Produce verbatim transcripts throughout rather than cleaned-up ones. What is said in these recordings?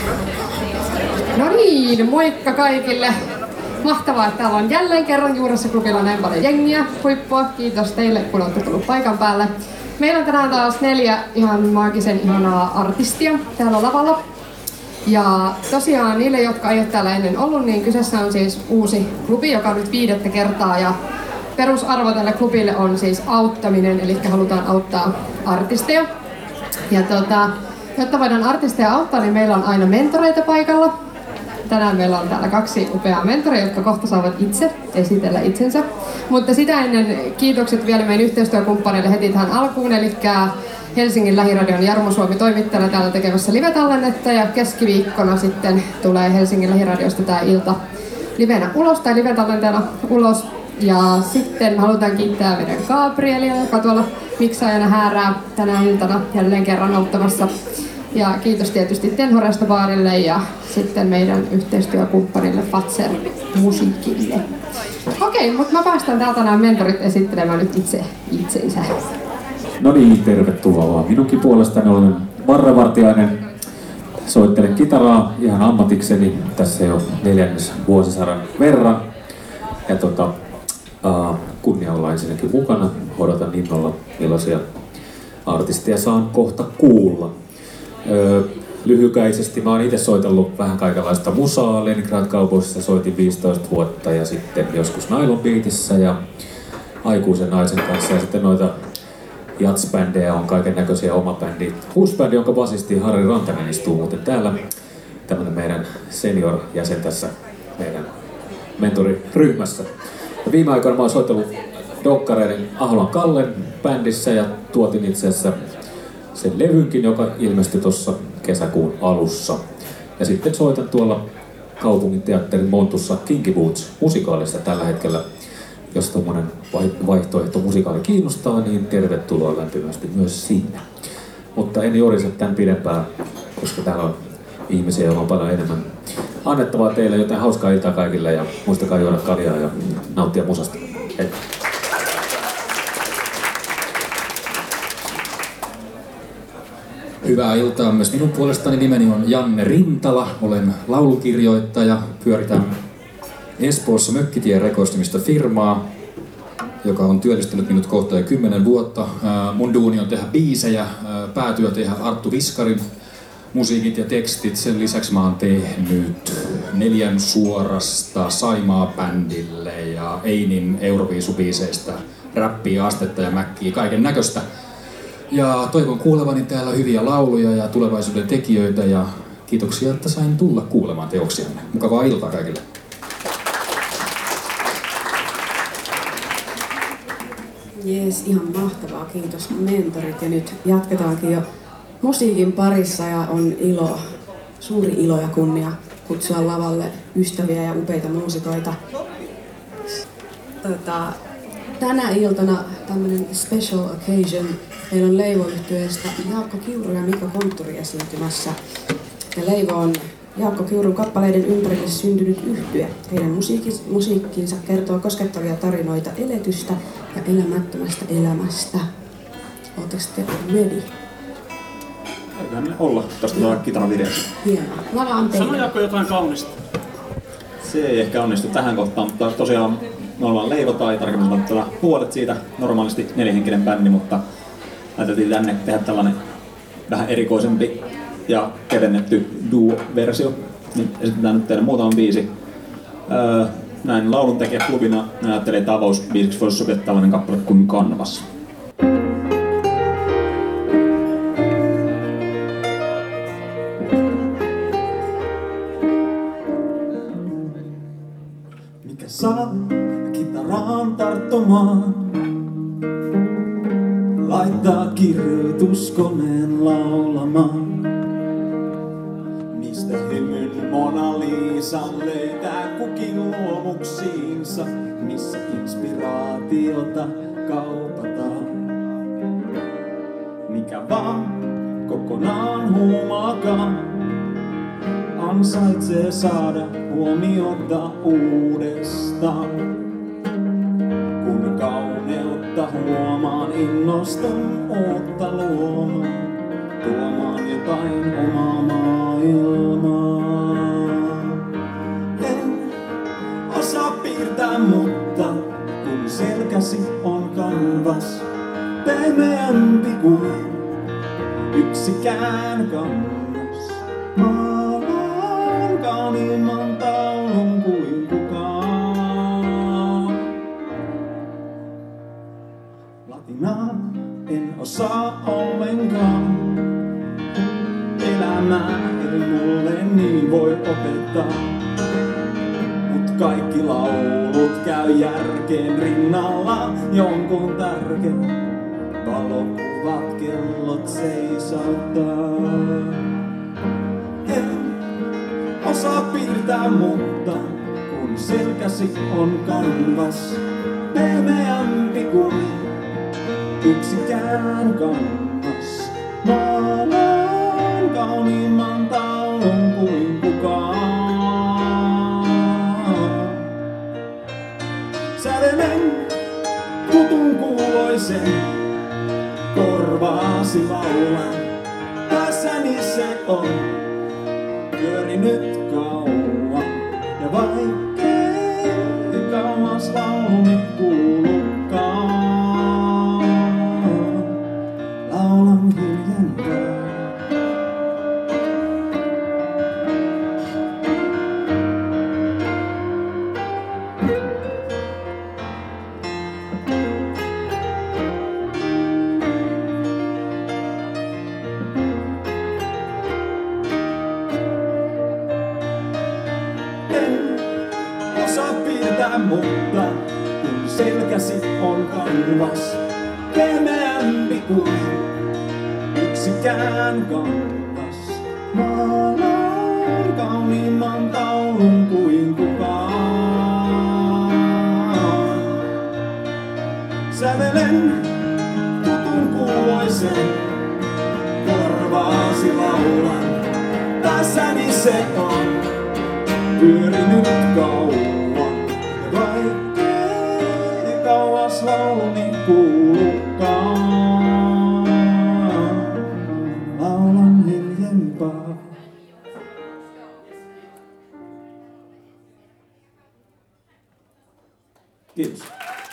No niin, moikka kaikille. Mahtavaa, että täällä on jälleen kerran Juuressa klubilla näin paljon jengiä. Huippua, kiitos teille, kun olette tullut paikan päälle. Meillä on tänään taas neljä ihan maagisen ihanaa artistia täällä lavalla. Ja tosiaan niille, jotka ei ole täällä ennen ollut, niin kyseessä on siis uusi klubi, joka on nyt viidettä kertaa. Ja perusarvo tälle klubille on siis auttaminen, eli halutaan auttaa artisteja. Ja tota, jotta voidaan artisteja auttaa, niin meillä on aina mentoreita paikalla. Tänään meillä on täällä kaksi upeaa mentoria, jotka kohta saavat itse esitellä itsensä. Mutta sitä ennen kiitokset vielä meidän yhteistyökumppaneille heti tähän alkuun, eli Helsingin Lähiradion Jarmo Suomi toimittajana täällä tekemässä live-tallennetta, ja keskiviikkona sitten tulee Helsingin Lähiradiosta tämä ilta livenä ulos tai live-tallenteena ulos. Ja sitten halutaan kiittää meidän Gabrielia, joka tuolla miksaajana häärää tänä iltana jälleen kerran auttamassa. Ja kiitos tietysti Tenhoresta baarille ja sitten meidän yhteistyökumppanille Fatser musiikille. Okei, mutta mä päästän täältä nämä mentorit esittelemään nyt itse itsensä. No niin, tervetuloa vaan minunkin puolestani. Olen Marre Vartiainen. Soittelen kitaraa ihan ammatikseni tässä jo neljännes vuosisadan verran. Ja tota, uh, kunnia olla ensinnäkin mukana. Odotan innolla, millaisia artisteja saan kohta kuulla. Öö, lyhykäisesti mä oon itse soitellut vähän kaikenlaista musaa. Leningrad Cowboysissa soitin viisitoista vuotta ja sitten joskus Nylon Beatissä ja aikuisen naisen kanssa. Ja sitten noita jatsbändejä on kaiken näköisiä, oma bändi. Huusbändi, jonka basisti Harri Rantanen istuu muuten täällä. Tämmönen meidän senior-jäsen tässä meidän mentoriryhmässä. Ja viime aikoina mä oon soitellut Dokkareiden Aholan Kallen bändissä ja tuotin itse asiassa sen levynkin, joka ilmestyi tuossa kesäkuun alussa. Ja sitten soitan tuolla kaupungin teatterin Montussa Kinky Boots musikaalissa tällä hetkellä. Jos tommonen vaihtoehto musikaali kiinnostaa, niin tervetuloa lämpimästi myös sinne. Mutta en jorisa tän pidempään, koska täällä on ihmisiä, joilla on paljon enemmän annettavaa teille, joten hauskaa iltaa kaikille ja muistakaa juoda kaljaa ja nauttia musasta. Hei! Hyvää iltaa myös minun puolestani. Nimeni on Janne Rintala. Olen laulukirjoittaja. Pyöritän Espoossa Mökkitien rekoistumista firmaa, joka on työllistänyt minut kohta jo kymmenen vuotta. Mun duuni on tehdä biisejä, päätyö tehdä Arttu Viskarin musiikit ja tekstit. Sen lisäksi mä oon tehnyt neljän suorasta Saimaa-bändille ja Einin Euroviisubiiseistä räppiä, astetta ja mäkkiä, kaiken näköistä. Ja toivon kuulevani täällä hyviä lauluja ja tulevaisuuden tekijöitä ja kiitoksia, että sain tulla kuulemaan teoksianne. Mukavaa iltaa kaikille. Jees, ihan mahtavaa. Kiitos mentorit. Ja nyt jatketaankin jo musiikin parissa ja on ilo, suuri ilo ja kunnia kutsua lavalle ystäviä ja upeita muusikoita. Tota, tänä iltana tämmönen special occasion. Meillä on Leivo-yhtyeestä Jaakko Kiuru ja Mika Kontturi esiintymässä. Ja Leivo on Jaakko Kiurun kappaleiden ympärille syntynyt yhtye. Heidän musiikkinsa kertoo koskettavia tarinoita eletystä ja elämättömästä elämästä. Oletteko te ready? Eiköhän me olla tästä tuolla kitaravideosta. Hienoa. Lava on teille. Sano Jaakko jotain kaunista. Se ei ehkä onnistu tähän kohtaan, mutta tosiaan me ollaan Leivo tai tarkemmin sanottuna puolet siitä, normaalisti nelihenkinen bändi, mutta ajateltiin tänne tehdä tällainen vähän erikoisempi ja kevennetty duo-versio. Niin esitetään nyt teille muutama biisi. Öö, näin lauluntekijäklubina ajattelin, että avausbiisiksi voisi sopia tällainen kappale kuin Kanvas. Mikä saa kitaraan tarttumaan, laittaa kirjoituskoneen laulamaan. Mistä hymyn Mona Liisan löytää kukin luomuksiinsa, missä inspiraatiota kaupataan. Mikä vaan kokonaan huumaakaan ansaitsee saada huomiota uudestaan. Kun kauneutta huomaan, innostun uutta luomaan. tuomaan jotain omaa maailmaa. En osaa piirtää, mutta kun selkäsi on kanvas, pehmeämpi kuin yksikään kannas. Maalaan kauniimman taulun kuin kukaan. Latinaa en osaa ollenkaan. Elämää ei mulle niin voi opettaa. Mut kaikki laulut käy järkeen rinnalla jonkun tärkeän. Valokuvat kellot seisauttaa. En osaa piirtää, mutta kun selkäsi on kanvas, pehmeämpi kuin yksikään kannas. Maalaan kauniimman taulun kuin kukaan. Sävelen tutun kuuloisen, korvaasi laulan. Päässäni se on pyörinyt kauan. Ja vaikkei kauas lauluni kuulukaan, laulan hiljempaa. Mutta kun selkäsi on kanvas, pehmeämpi kuin yksikään kannas. Maalaan kauniimman taulun kuin kukaan. Sävelen tutun kuuloisen, korvaasi laulan. Päässäni se on pyörinyt kauan. Vaikkei kauas lauluni kuulukaan, laulan hiljempaa. Kiitos.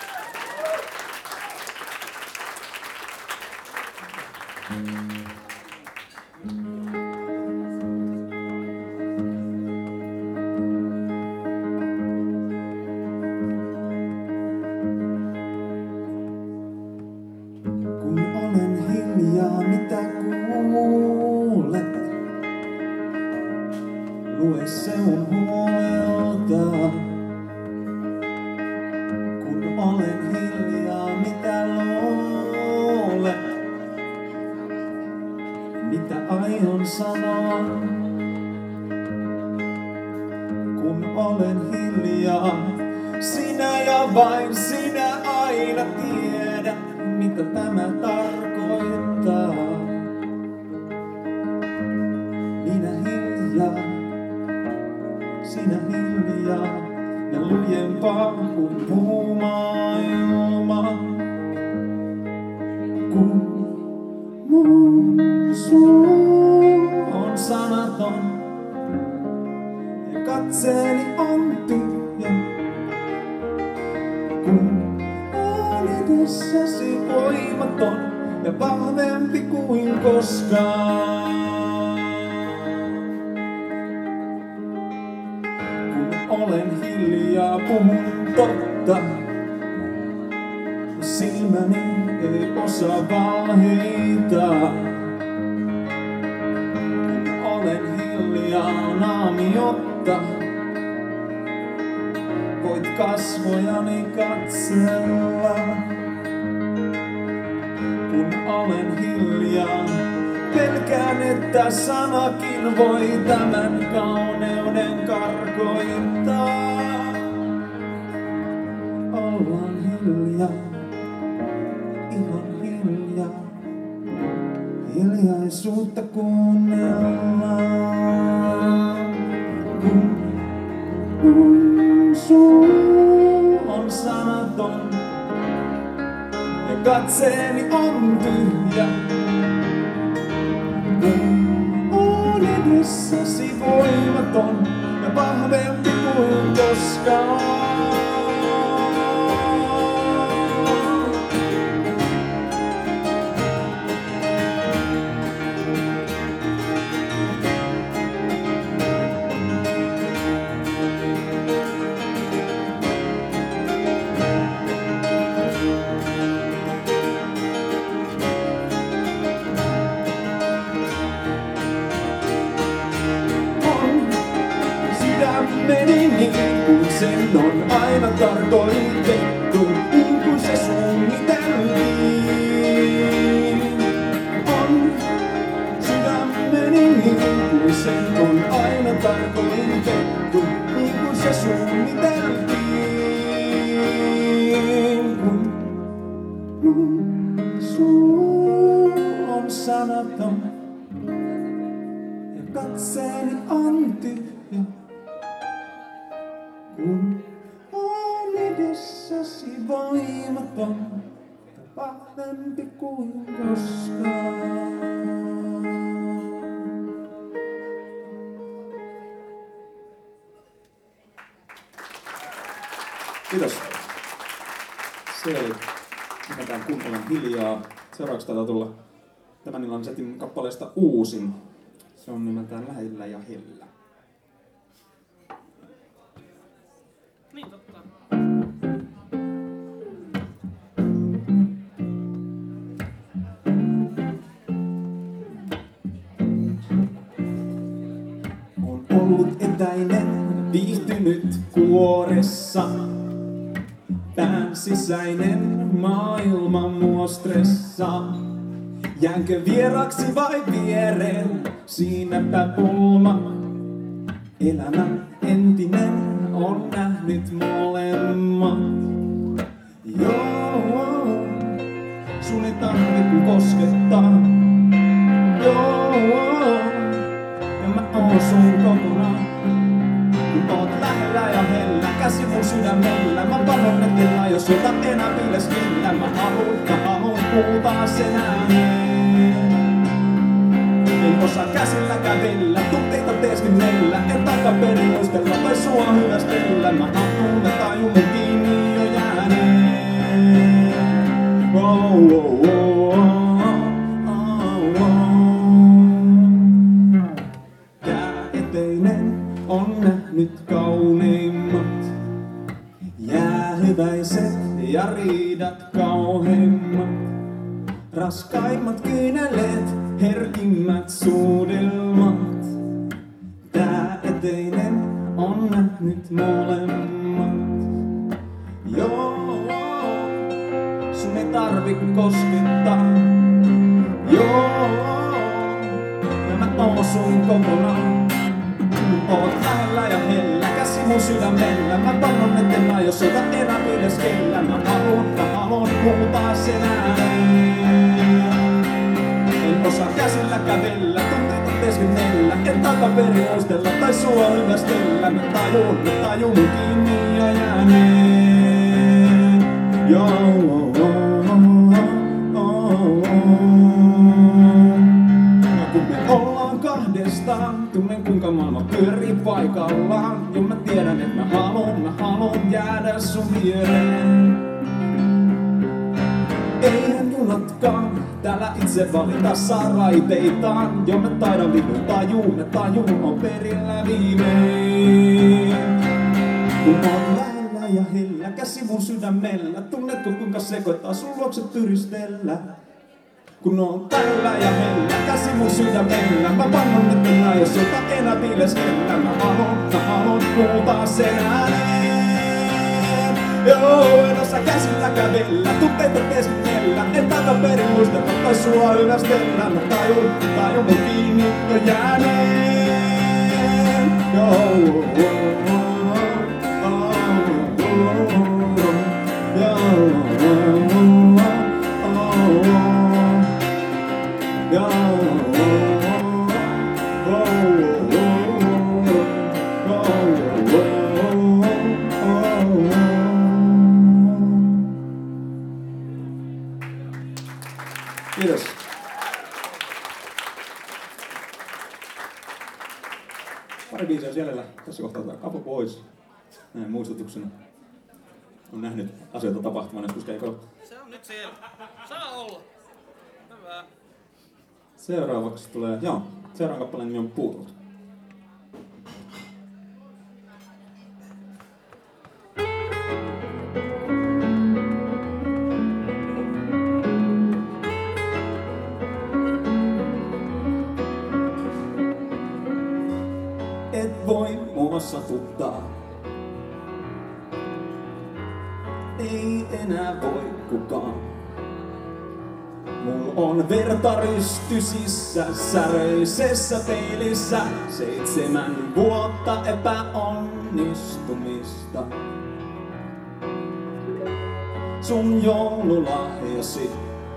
Mitä kuulet? Lue se mun huolelta. Kun olen hiljaa, mitä luulet? Mitä aion sanoa? Kun olen hiljaa, sinä ja vain sinä aina tiedät, mitä tämä tarkoittaa. Minä hiljaa, sinä hiljaa, ja lujempaa kuin muu maailma. Kun mun suu on sanaton ja katseeni on tyhjä. Kun edessäsi voimaton ja vahvempi kuin koskaan. Kun olen hiljaa, puhun totta. Silmäni ei osaa valheita. Kun olen hiljaa, naamiotta. Voit kasvojani katsella. Kun olen hiljaa, pelkään, että sanakin voi tämän kauneuden karkoittaa. Ollaan hiljaa, ihan hiljaa, hiljaisuutta kuunnellaan. Kun mun suu on sanaton ja katseeni on tyhjä. meni niin kuin sen on aina tarkoitettu, niin kuin se suunniteltiin. On sydämeni niin kuin sen on aina tarkoitettu, niin kuin se suunniteltiin. Kun suu on sanaton ja katseeni on tyhjä, kun on edessäsi voimaton, vahvempi kuin koskaan. Kiitos. Se oli nimeltään Kun olen hiljaa. Seuraavaksi taitaa tulla tämän illan setin kappaleesta uusin. Se on nimeltään Lähellä ja hellä. Niin totta. On ollut etäinen, viihtynyt kuoressa. Pään sisäinen maailma mua stressaa. Jäänkö vieraksi vai viereen, siinäpä pulma. Elämä entinen on nähnyt molemmat. Joo, sun ei tarvitse koskettaa. Joo, ja mä oon sun kokonaan. Kun oot lähellä ja hellä, käsi mun sydämellä. Mä panon etellä, jos jota enää piileskellä. Mä haluun, mä haluun puhutaan sen ääneen. En osaa käsillä kävellä, tunteita teeskennellä. En takaperin muistella tai sua hyvästellä. Mä haluun, mä tajun mun kiinni jo jääneen. Oh, oh, oh, oh, oh. Tää eteinen on nähnyt kauneimmat, jäähyväiset ja riidat kauheimmat. Raskaimmat kyyneleet, herkimmät suudelmat. Tää eteinen on nähnyt molemmat. Joo, sun ei tarvi koskettaa. Joo, ja mä oon sun kokonaan. Oot lähellä ja hellä, käsi mun sydämellä. Mä panon eteenpäin, jos jota enää piileskellä. Mä haluun, mä haluun puhutaan sen ääneen. En osaa käsillä kävellä, tunteita teeskennellä. En takaperin muistella tai sua hyvästellä. Mä tajun, mä tajun mun kiinni jo jääneen. Joo, oh, oh, oh, oh. Ja kun me ollaan kahdestaan, tunnen kuinka maailma pyörii paikallaan. Jo mä tiedän, et mä haluun, mä haluun jäädä sun viereen. Eihän junatkaan täällä itse valita saa raiteitaan. Jo mä taidan vihdoin tajuu, mä tajuun on perillä viimein. Kun oot lähellä ja hellä, käsi mun sydämellä. Tunnetko kuinka sekoittaa sun luokse tyristellä? Kun on täyllä ja hellä, käsi mun sydämellä. Mä pannon eteenä, jos jota enää piileskellä. Mä haluun, mä haluun puhutaan sen ääneen. Joo, en osaa käsillä kävellä, tunteita teeskennellä. En takaperin muistella tai sua hyvästellä. Mä tajun, tajun mun kiinni jo jääneen. Joo, Kiitos. Pari biisiä olisi jäljellä. Tässä kohtaa otetaan kapo pois. Näin muistutuksena. On nähnyt asioita tapahtumaan joskus keikolla. Se on nyt siellä. Saa olla. Hyvä. Seuraavaksi tulee, joo, seuraavan kappaleen nimi on Puutut. Et voi mua satuttaa. Ei enää voi kukaan. Mul on verta rystysissä säröisessä peilissä. Seitsemän vuotta epäonnistumista. Sun joululahjasi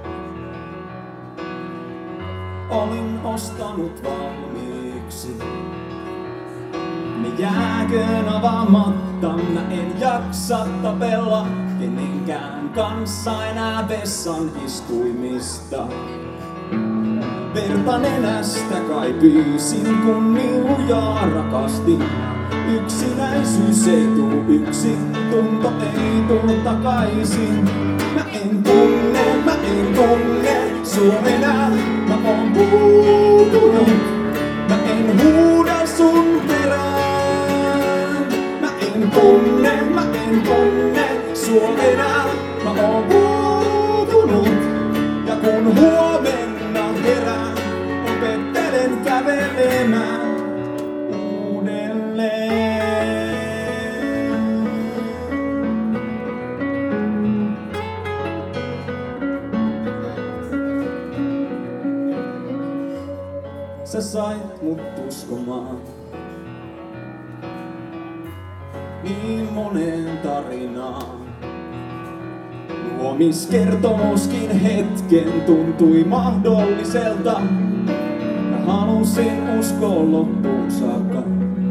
olin ostanut valmiiksi. Ne jääköön avaamatta, mä en jaksa tapella kenenkään kanssa enää vessan istuimista. Verta nenästä kai pyysin, kun niin lujaa rakastin. Yksinäisyys ei tuu yksin, tunto ei tuu takaisin. Mä en tunne, mä en tunne sua enää, mä oon puutunut. Mä en huuda sun perään. Mä en tunne, mä en tunne sua enää, mä oon puutunut. Ja kun huomenna herään, opettelen kävelemään uudelleen. Sä sait mut uskomaan niin moneen tarinaan. Luomiskertomuskin hetken tuntui mahdolliselta. Mä halusin uskoa loppuun saakka.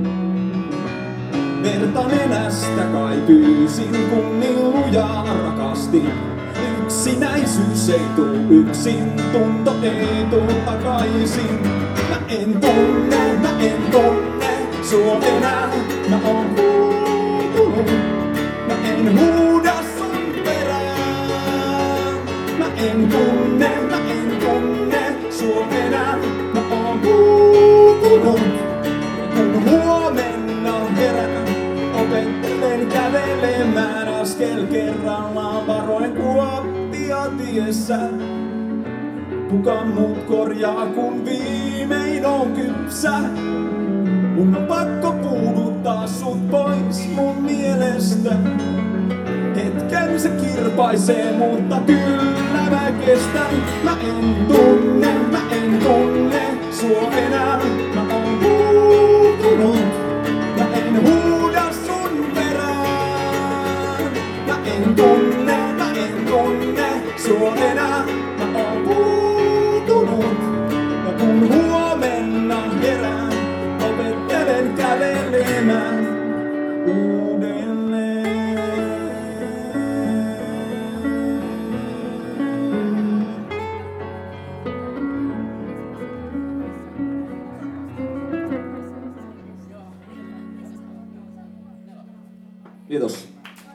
Verta nenästä kai pyysin, kun niin lujaa rakastin. Yksinäisyys ei tuu yksin, tunto ei tuu takaisin. Mä en tunne, mä en tunne sua enää, mä oon puutunut. Mä en huuda sun perään. Mä en tunne, mä en tunne sua enää, mä oon puutunut. Kun huomenna herään, opettelen kävelemään askel kerrallaan, varoen kuoppia tiessä. Kuka muut korjaa, kun viimein on kypsä? Mun on pakko puuduttaa sut pois mun mielestä. Hetken se kirpaisee, mutta kyllä mä kestän. Mä en tunne, mä en tunne sua enää, mä oon puutunut. Mä en huuda sun perään. Mä en tunne, mä en tunne sua enää, mä oon puutunut. Ja kun huomenna herään, opettelen kävelemään uudelleen. Kiitos.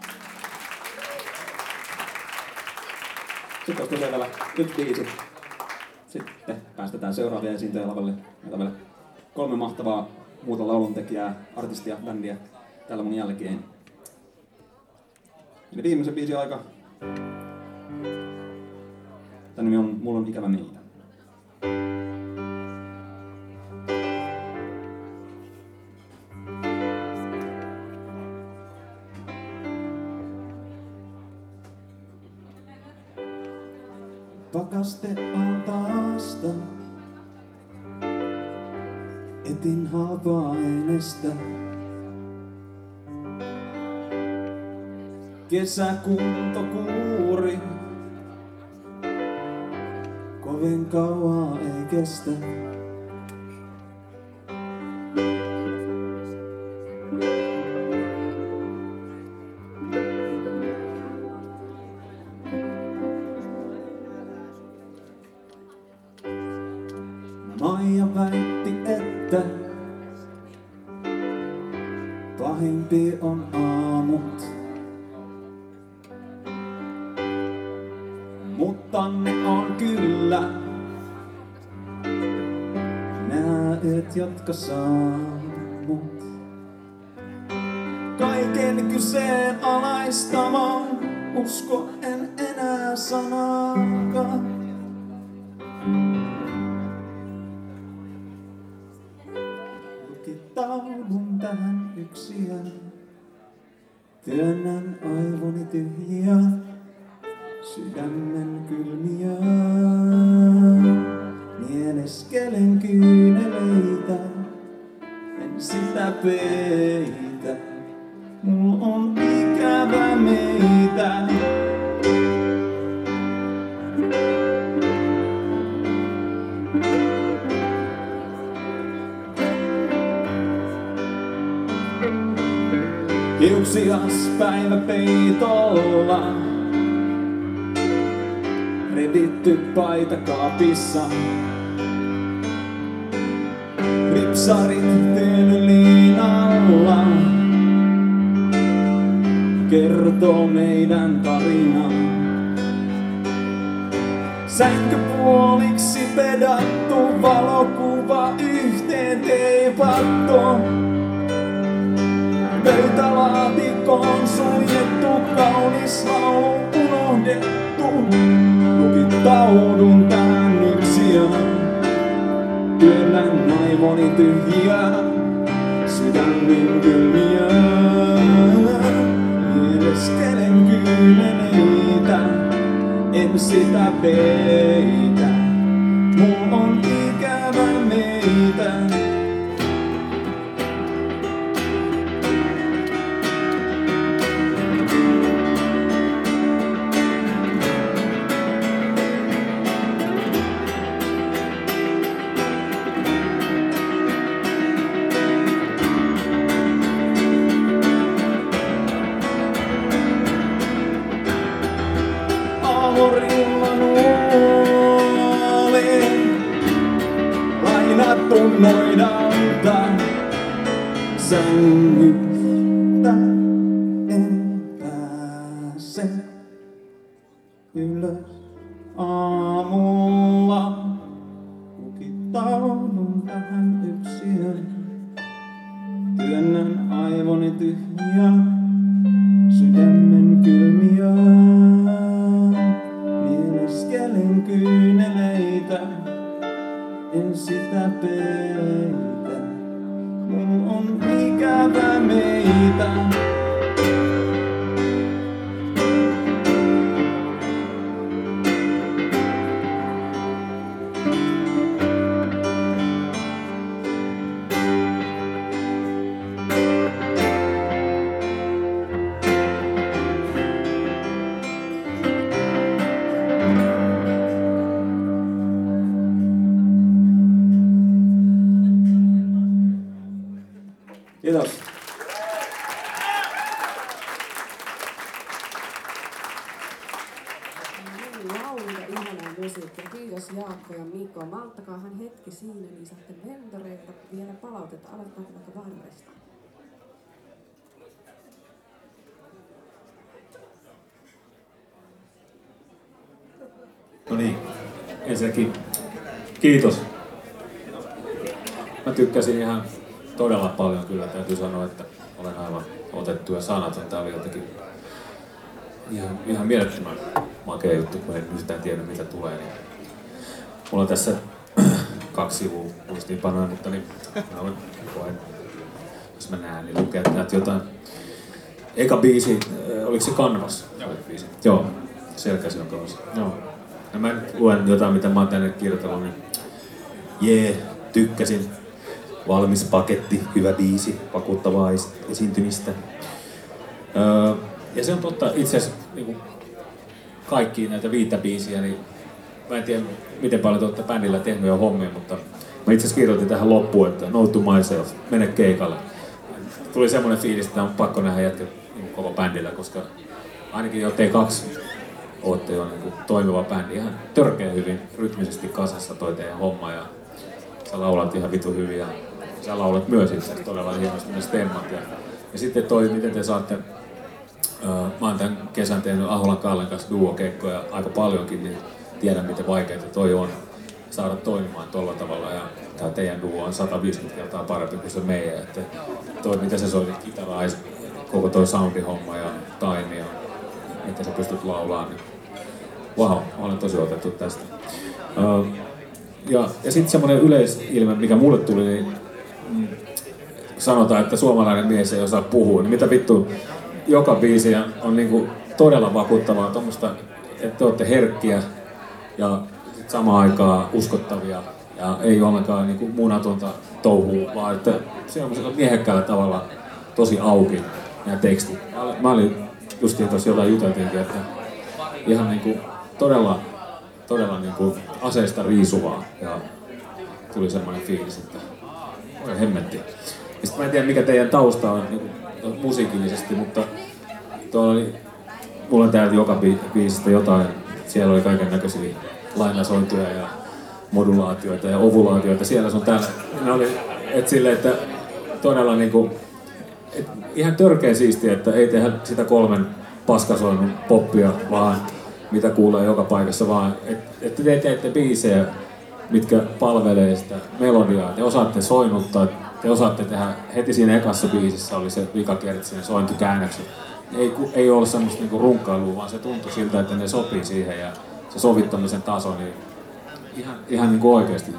Sitten olisi tosiaan vielä yksi biisi. Sitten päästetään seuraavia esiintyjä lavalle. Meillä on vielä kolme mahtavaa muuta lauluntekijää, artistia, bändiä täällä mun jälkeen. Eli viimeisen biisin aika. Tän nimi on Mulla on ikävä meitä. Pakaste altaasta etin halpaa aineesta. Kesäkuntokuuri kovin kauaa ei kestä. Maija väitti, että pahimpi on aamut. Mutta ne on kyllä nää yöt, jotka saa mut kaiken kyseenalaistamaan. Usko en enää sanaakaan. Lukitaudun tähän yksiön. Työnnän aivoni tyhjiä, sydämen kylmiä. Mieleskelen kyyneleitä, en sitä peitä. Mulla on ikävä meitä. Hiuksias päiväpeitolla, revitty paita kaapissa. Ripsarit teelyn alla, kertoo meidän tarinaa. Sähköpuoliksi pedattu, valokuva yhteen teipattu. Pöytälaatikkoon suljettu, kaunis laulu unohdettu. Lukitaudun tähän yksiöön, työnnän aivoni tyhjiä, sydämin kylmiä. Mieleskelen kyyneleitä, en sitä peitä. Mulla on ikävä meitä. Noidalta sängystä en pääse ylös aamulla. Lukitaudun tähän yksiöön, työnnän aivoni tyhjiä, sydämen kylmiä. Mieleskelen kyyneleitä, en sitä peitä. Mulla on ikävä meitä. Kiitos. Laulu ja ihanaa musiikkia. Kiitos Jaakko ja Mikko. Malttakaahan hetki siinä, niin saatte mentoreilta vielä palautetta. Aloitetaan vaikka Varresta. No niin, ensinnäkin kiitos. Mä tykkäsin ihan todella paljon kyllä, täytyy sanoa, että olen aivan otettu ja sanaton. Tää oli jotenkin ihan, ihan mielettömän makea juttu, kun en yhtään tiedä mitä tulee. Niin mulla on tässä kaksi sivua muistiinpanoja, mutta niin mä voin, jos mä näen, niin lukea täältä jotain. Eka biisi, oliko se Canvas? Joo. Biisi. Joo, selkäsi on kanssa. Joo. Ja mä nyt luen jotain, mitä mä oon tänne kirjoitellut, niin jee, tykkäsin. Valmis paketti, hyvä biisi, vakuuttavaa esiintymistä. Öö, ja se on totta, itse asiassa niin kaikki näitä viittä biisiä, niin mä en tiedä miten paljon te olette bändillä tehnyt jo hommia, mutta mä itse asiassa kirjoitin tähän loppuun, että no to myself, mene keikalle. Tuli semmoinen fiilis, että on pakko nähdä jätkät niin koko bändillä, koska ainakin jo T kaksi ootte jo niin toimiva bändi, ihan törkeä hyvin, rytmisesti kasassa toi teidän homma ja sä laulat ihan vitu hyvin ja sä laulat myös itse asiassa todella hienosti ne stemmat. Ja, ja sitten toi, miten te saatte, uh, mä oon tämän kesän tehnyt Aholan Kallen kanssa duo-keikkoja aika paljonkin, niin tiedän miten vaikeaa toi on saada toimimaan tolla tavalla. Ja tää teidän duo on sata viisikymmentä kertaa parempi kuin se meidän. Että toi, miten sä soitit kitaraa, koko toi soundihomma ja time ja miten sä pystyt laulaa, niin wow, mä olen tosi otettu tästä. Uh, Ja, ja sitten semmoinen yleisilme, mikä mulle tuli, niin mm, sanotaan, että suomalainen mies ei osaa puhua, niin mitä vittu, joka biisi on, on niinku todella vakuuttavaa tuommoista, että te olette herkkiä ja sit samaan aikaan uskottavia ja ei ollenkaan niinku munatonta touhua, vaan että se on miehekkäällä tavalla tosi auki nämä tekstit. Mä olin justiin tuossa jotain juteltiinkin, että ihan niinku todella, todella niinku aseista riisuvaa ja tuli semmoinen fiilis, että oi hemmetti. Ja sit mä en tiedä mikä teidän tausta on niinku musiikillisesti, mutta tuolla oli, mulla on täältä joka biisistä jotain, siellä oli kaiken näköisiä lainasointuja ja modulaatioita ja ovulaatioita siellä sun täällä. Ne oli, et sille, että todella niinku, et ihan törkeä siistiä, että ei tehdä sitä kolmen paskasoinnun poppia, vaan mitä kuulee joka paikassa, vaan että et te teette biisejä, mitkä palvelee sitä melodiaa. Te osaatte soinnuttaa, te osaatte tehdä, heti siinä ekassa biisissä oli se vikakertsinen sointukäännökset. Ei, ei ollut semmoista niinku runkkailua, vaan se tuntui siltä, että ne sopii siihen ja se sovittamisen taso, niin ihan, ihan niinku oikeesti.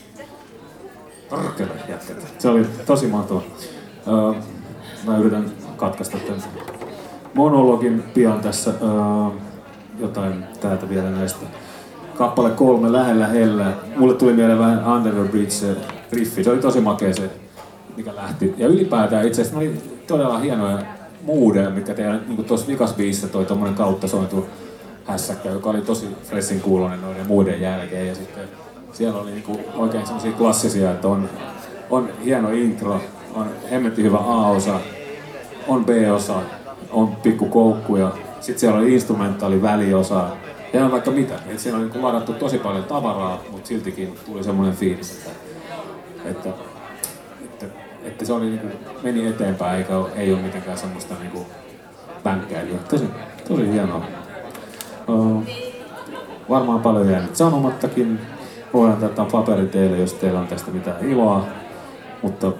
Perkele jätket. Se oli tosi mahtava. Öö, mä yritän katkaista tämän monologin pian tässä. Öö, jotain täältä vielä näistä. Kappale kolme, Lähellä hellä. Mulle tuli mieleen vähän Under the Bridge se riffi. Se oli tosi makea se, mikä lähti. Ja ylipäätään itse asiassa oli todella hienoja moodeja, mitkä teidän niin tuossa vikas biisissä toi tommonen kautta sointu hässäkkä, joka oli tosi freshin kuulonen noiden muuden jälkeen. Ja sitten siellä oli niinku oikein semmosia klassisia, että on, on hieno intro, on hemmetti hyvä A-osa, on B-osa, on pikku koukku ja sitten siellä oli instrumentaali väliosa ja on vaikka mitä. Et siellä on niinku ladattu tosi paljon tavaraa, mutta siltikin tuli semmoinen fiilis, että, että, että, että se oli niinku, meni eteenpäin eikä ole, ei ole mitenkään semmoista niinku pänkkäilyä. Tosi, tosi hienoa. Uh, varmaan paljon jäänyt sanomattakin. Voidaan tätä paperi teille, jos teillä on tästä mitään iloa. Mutta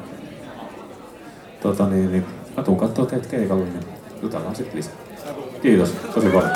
tota niin, niin mä tuun kattoo teitä keikalle, niin jutellaan sit lisää. Kiitos, tosi paljon.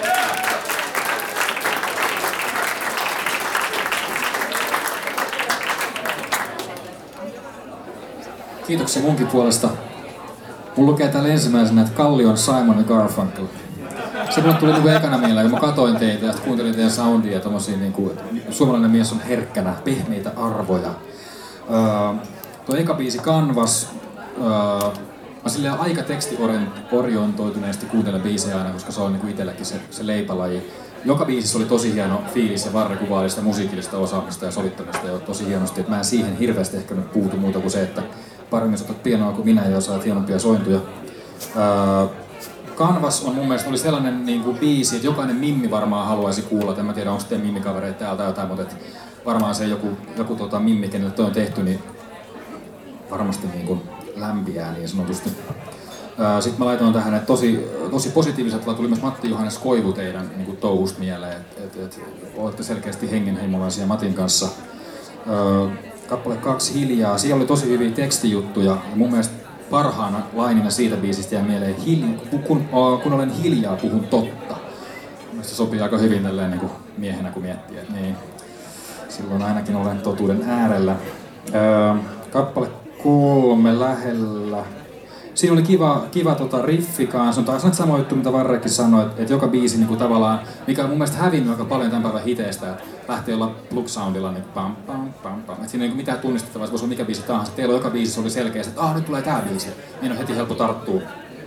Kiitoksia munkin puolesta. Mulla lukee täällä ensimmäisenä, että Kalli on Simon ja Garfunkel. Se mulle tuli niinku ekana mieleen, kun mä katoin teitä ja kuuntelin teidän soundia ja tommosia niinku, suomalainen mies on herkkänä, pehmeitä arvoja. Öö, tuo eka biisi Canvas, öö, mä silleen aika tekstiorientoituneesti kuuntelen biisejä aina, koska se on niinku itselläkin se, se leipälaji. Joka biisissä oli tosi hieno fiilis ja Varre kuvaili sitä musiikillista osaamista ja sovittamista ja tosi hienosti, että mä en siihen hirveästi ehkä nyt puutu muuta kuin se, että paremmin sotat pianoa kuin minä ja osaat hienompia sointuja. Öö, Canvas on mun mielestä oli sellainen niin kuin biisi, että jokainen mimmi varmaan haluaisi kuulla. En mä tiedä, onko teidän mimmikavereita täältä jotain, mutta et varmaan se joku, joku tota, mimmi, kenelle toi on tehty, niin varmasti niin kuin lämpiää niin sanotusti. Sitten mä laitoin tähän, että tosi, tosi positiivisella tuli myös Matti Johannes Koivu teidän niin kuin touhusta mieleen. Että et, et, olette selkeästi hengenheimolaisia Matin kanssa. Öö, kappale kaksi Hiljaa. Siellä oli tosi hyviä tekstijuttuja. Ja mun mielestä parhaana lainina siitä biisistä jää mieleen, hilj- kun, kun olen hiljaa, puhun totta. Se sopii aika hyvin tälleen niin kuin miehenä, kun miettii, että niin, silloin ainakin olen totuuden äärellä. Öö, kappale kolme Lähellä. Siinä oli kiva, kiva tota riffi kanssa. On taas sama juttu, mitä Varrekin sanoi, että, että joka biisi niin kuin tavallaan, mikä on mun mielestä hävinnyt aika paljon tämän päivän hiteistä, että lähtee olla plug soundilla niin pam pam pam pam. Että siinä ei niin mitään tunnistettavaa, se voisi olla mikä biisi tahansa. Teillä on joka biisissä oli selkeästi, että ah, nyt tulee tää biisi. Niin on heti helppo tarttua.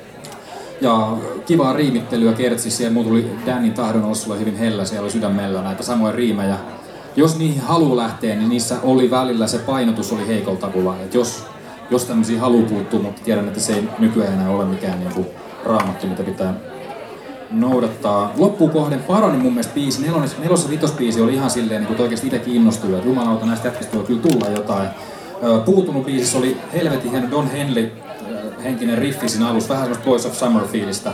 Ja kivaa riimittelyä kertsissä ja mulla tuli Dannin Tahdon olla sulle hyvin hellä, siellä oli sydämellä näitä samoja riimejä. Jos niihin haluaa lähteä, niin niissä oli välillä se painotus oli heikolla tavalla. Että jos Jos tämmöisiä haluu puuttuu, mutta tiedän, että se ei nykyään enää ole mikään niinku raamattu, mitä pitää noudattaa. Loppuun kohden parani mun mielestä biisi. Nelos, nelos ja vitosbiisi oli ihan silleen, niin kuin oikeasti itsekin innostui, että jumalauta näistä jätkistä voi kyllä tulla jotain. Puutunut biisissä oli helvetin hieno Don Henley henkinen riffi siinä alussa, vähän semmoista Boys of Summer-fiilistä.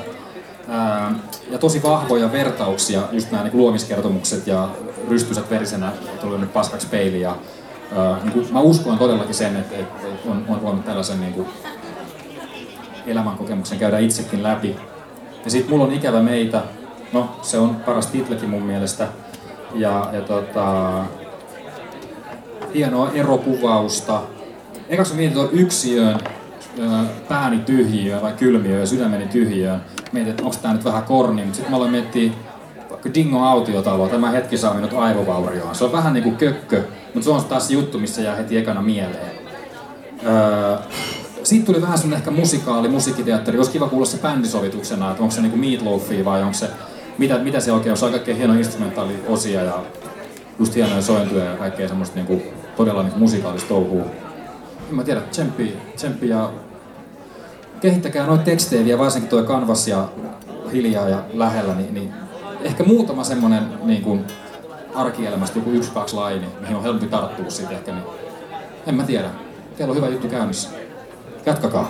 Ja tosi vahvoja vertauksia, just nämä niin luomiskertomukset ja rystyset verisenä, tuli nyt paskaksi peili. Ja, Uh, niin kuin, mä uskon todellakin sen, että, että on, on voinut tällaisen niin kuin, elämänkokemuksen käydä itsekin läpi. Ja sit mulla on Ikävä meitä, no se on paras titlekin mun mielestä. Ja, ja tota, hienoa erokuvausta, ekaksi mä mietin tuon yksiöön, pääni tyhjiöön vai kylmiöön ja sydämeni tyhjiöön. Mietin, että onko tää nyt vähän korni, mutta sitten mä aloin miettiä vaikka Dingo Autiotalo, tämä hetki saa minut aivovaurioon. Se on vähän niinku kökkö, mutta se on taas juttu, missä jää heti ekana mieleen. Öö, Siitä tuli vähän semmonen ehkä musikaali, musiikkiteatteri. Olisi kiva kuulla se bändisovituksena, että onko se niinku Meatloafia vai onko se, mitä, mitä se oikein on. Se on kaikkein hienoja instrumentaaliosia ja just hienoja sointuja ja kaikkea semmoista niinku, todella niinku musikaalista touhua. En mä tiedä, tsemppi, tsemppi ja kehittäkää noita tekstejä vielä, varsinkin tuo Canvas ja hiljaa ja lähellä, niin, niin ehkä muutama semmonen niinku arkielämästä joku yksi, kaksi laini, mihin on helpompi tarttua siitä ehkä, niin en mä tiedä. Teillä on hyvä juttu käynnissä. Jatkakaa.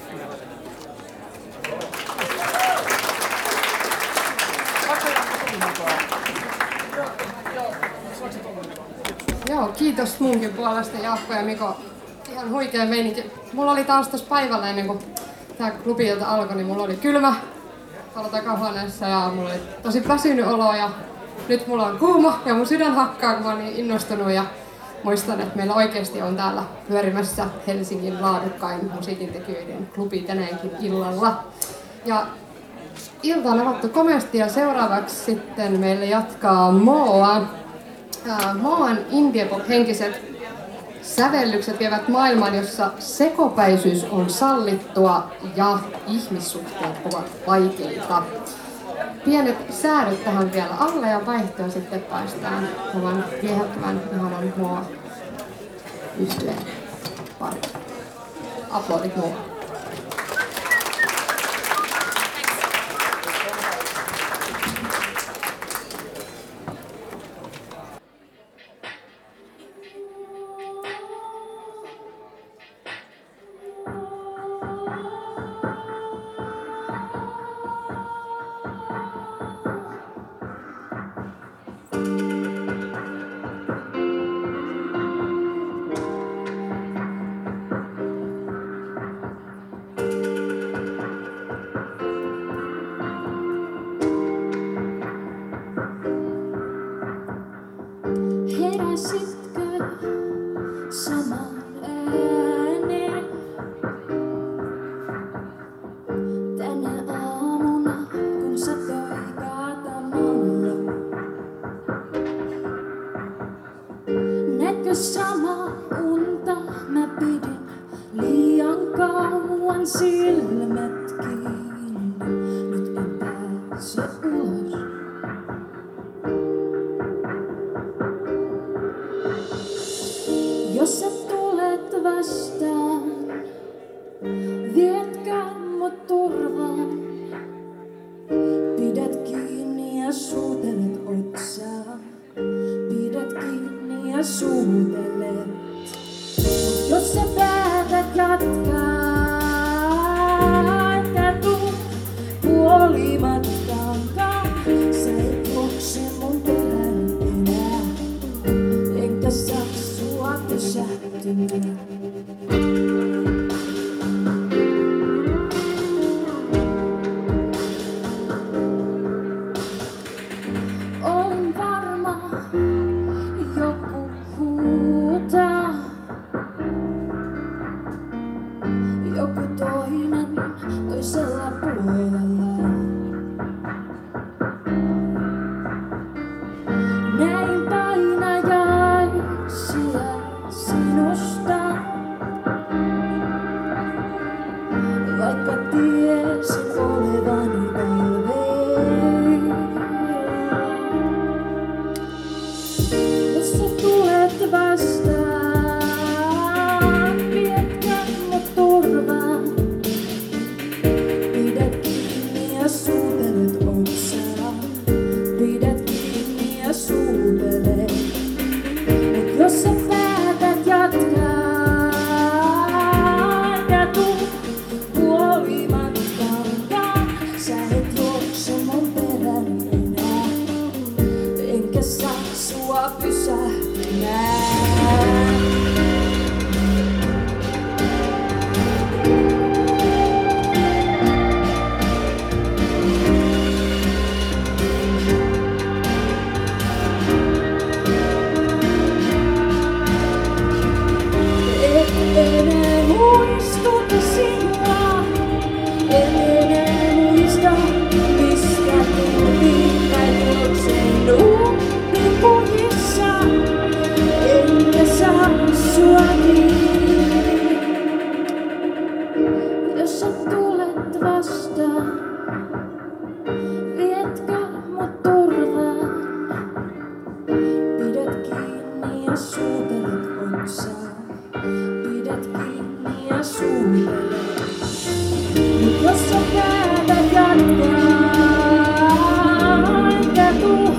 Joo, kiitos munkin puolesta Jaakko ja Miko. Ihan huikea meininki. Mulla oli taas tossa päivällä ennen kuin tää klubi-ilta alkoi, niin mulla oli kylmä tuolla takahuoneessa ja mulla oli tosi väsynyt olo ja nyt mulla on kuuma ja mun sydän hakkaa, kun mä oon niin innostunut ja muistan, että meillä oikeasti on täällä pyörimässä Helsingin laadukkain musiikintekijöiden klubi tänäänkin illalla. Ja ilta on avattu komeasti ja seuraavaksi sitten meille jatkaa Moa. Moan indie-pop-henkiset sävellykset vievät maailman, jossa sekopäisyys on sallittua ja ihmissuhteet ovat vaikeita. Pienet säädöt tähän vielä alle ja vaihtoa sitten päästään tämän viehättävän ihanan Moa yhtyeen pari. Aplodit Moa. kuuntelet otsaa. Pidät kiinni ja suutelet. Mut jos sä päätät jatkaa, enkä tuu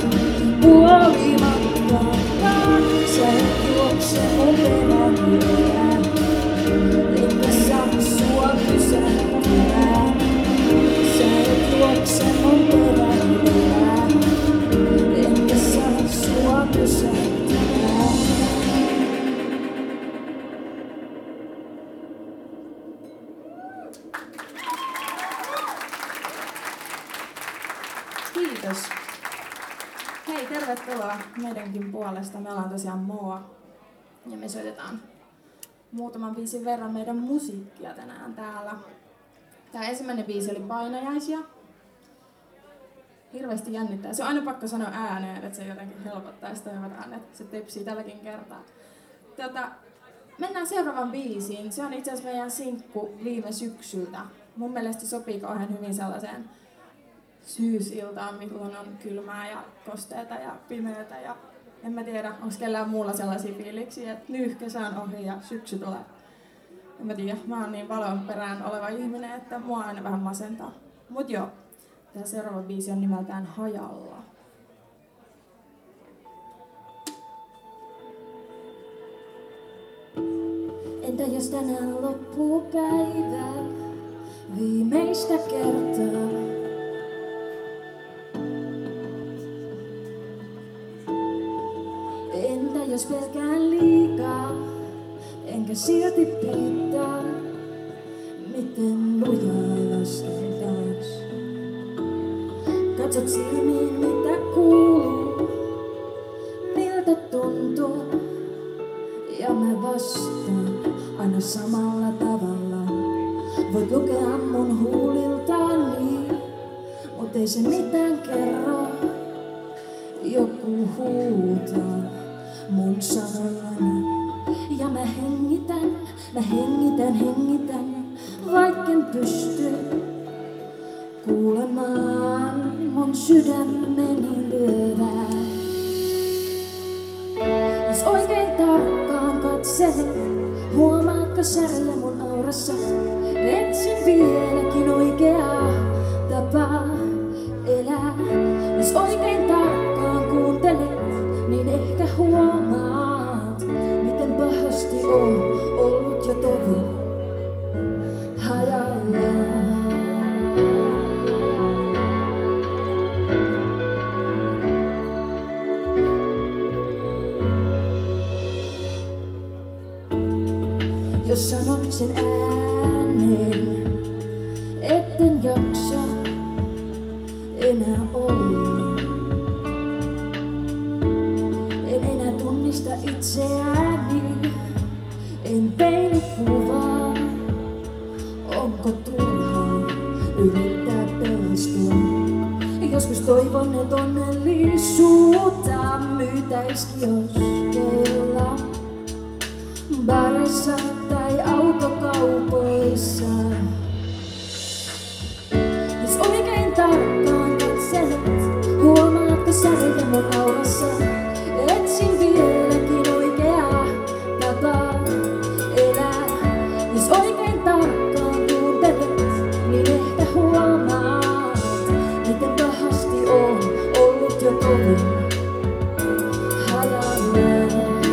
puolimatkaan. Sä et juokse mun peräni enää, enkä saa sua pysähtymään. Sä et juokse mun peräni enää, enkä saa sua pysähtymään. Kiitos. Hei, tervetuloa meidänkin puolesta. Me ollaan tosiaan Moa ja me soitetaan muutaman biisin verran meidän musiikkia tänään täällä. Tää ensimmäinen biisi oli Painajaisia. Hirveästi jännittää. Se on aina pakko sanoa ääneen, että se jotenkin helpottaa sitä hyvät äänet. Se tepsii tälläkin kertaa. Tota, mennään seuraavaan biisiin. Se on itse asiassa meidän sinkku viime syksyltä. Mun mielestä sopii kauhean hyvin sellaiseen syysiltaan, milloin on kylmää ja kosteeta ja pimeätä ja en mä tiedä, onko kellään muulla sellaisia fiiliksiä, että nyt kesä on ohi ja syksy tulee. En mä tiedä, mä oon niin valon perään oleva ihminen, että mua aina vähän masentaa. Mut joo, tää seuraava biisi on nimeltään Hajalla. Entä jos tänään loppuu päivä viimeistä kertaa? Entä jos pelkään liikaa, enkä silti piittaa, miten lujaa lasken taas? Katsot silmiin, mitä kuuluu, miltä tuntuu, ja mä vastaan aina samalla tavalla. Voit lukea mun huuliltani, mut ei se mitään kerro. Joku huutaa mun sanoillani ja mä hengitän, mä hengitän, hengitän, vaikken pysty kuulemaan mun sydämeni lyövää. Jos oikein tarkkaan katselet, huomaatko särjä mun aurassa? Etsin vieläkin oikeaa tapaa elää. Jos oikein tarkkaan kuuntelet, niin ehkä huomaat, miten pahasti on ollut jo tovin hajallaan. Jos sanoisin ääneen, etten jaksa enää olla. En enää tunnista itseäni, en peilikuvaa. Onko turhaa yrittää pelastua? Joskus toivon, et onnellisuutta myytäis kioskeilla, barissa tai autokaupoissa. Jos oikein tarkkaan katselet, huomaatko särjä mun aurassa? Etsin vieläkin oikeaa tapaa elää. Jos oikein tarkkaan kuuntelet, niin ehkä huomaat, miten pahasti on ollut jo tovin hajallaan.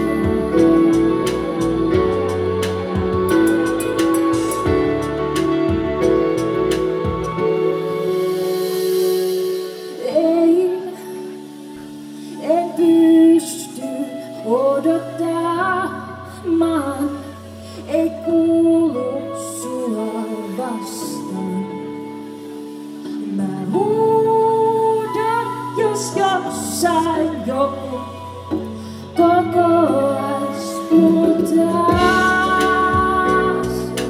Odottamaan ei kuulu sua vastaan. Mä huudan, jos jossain joku kokoais mun taas.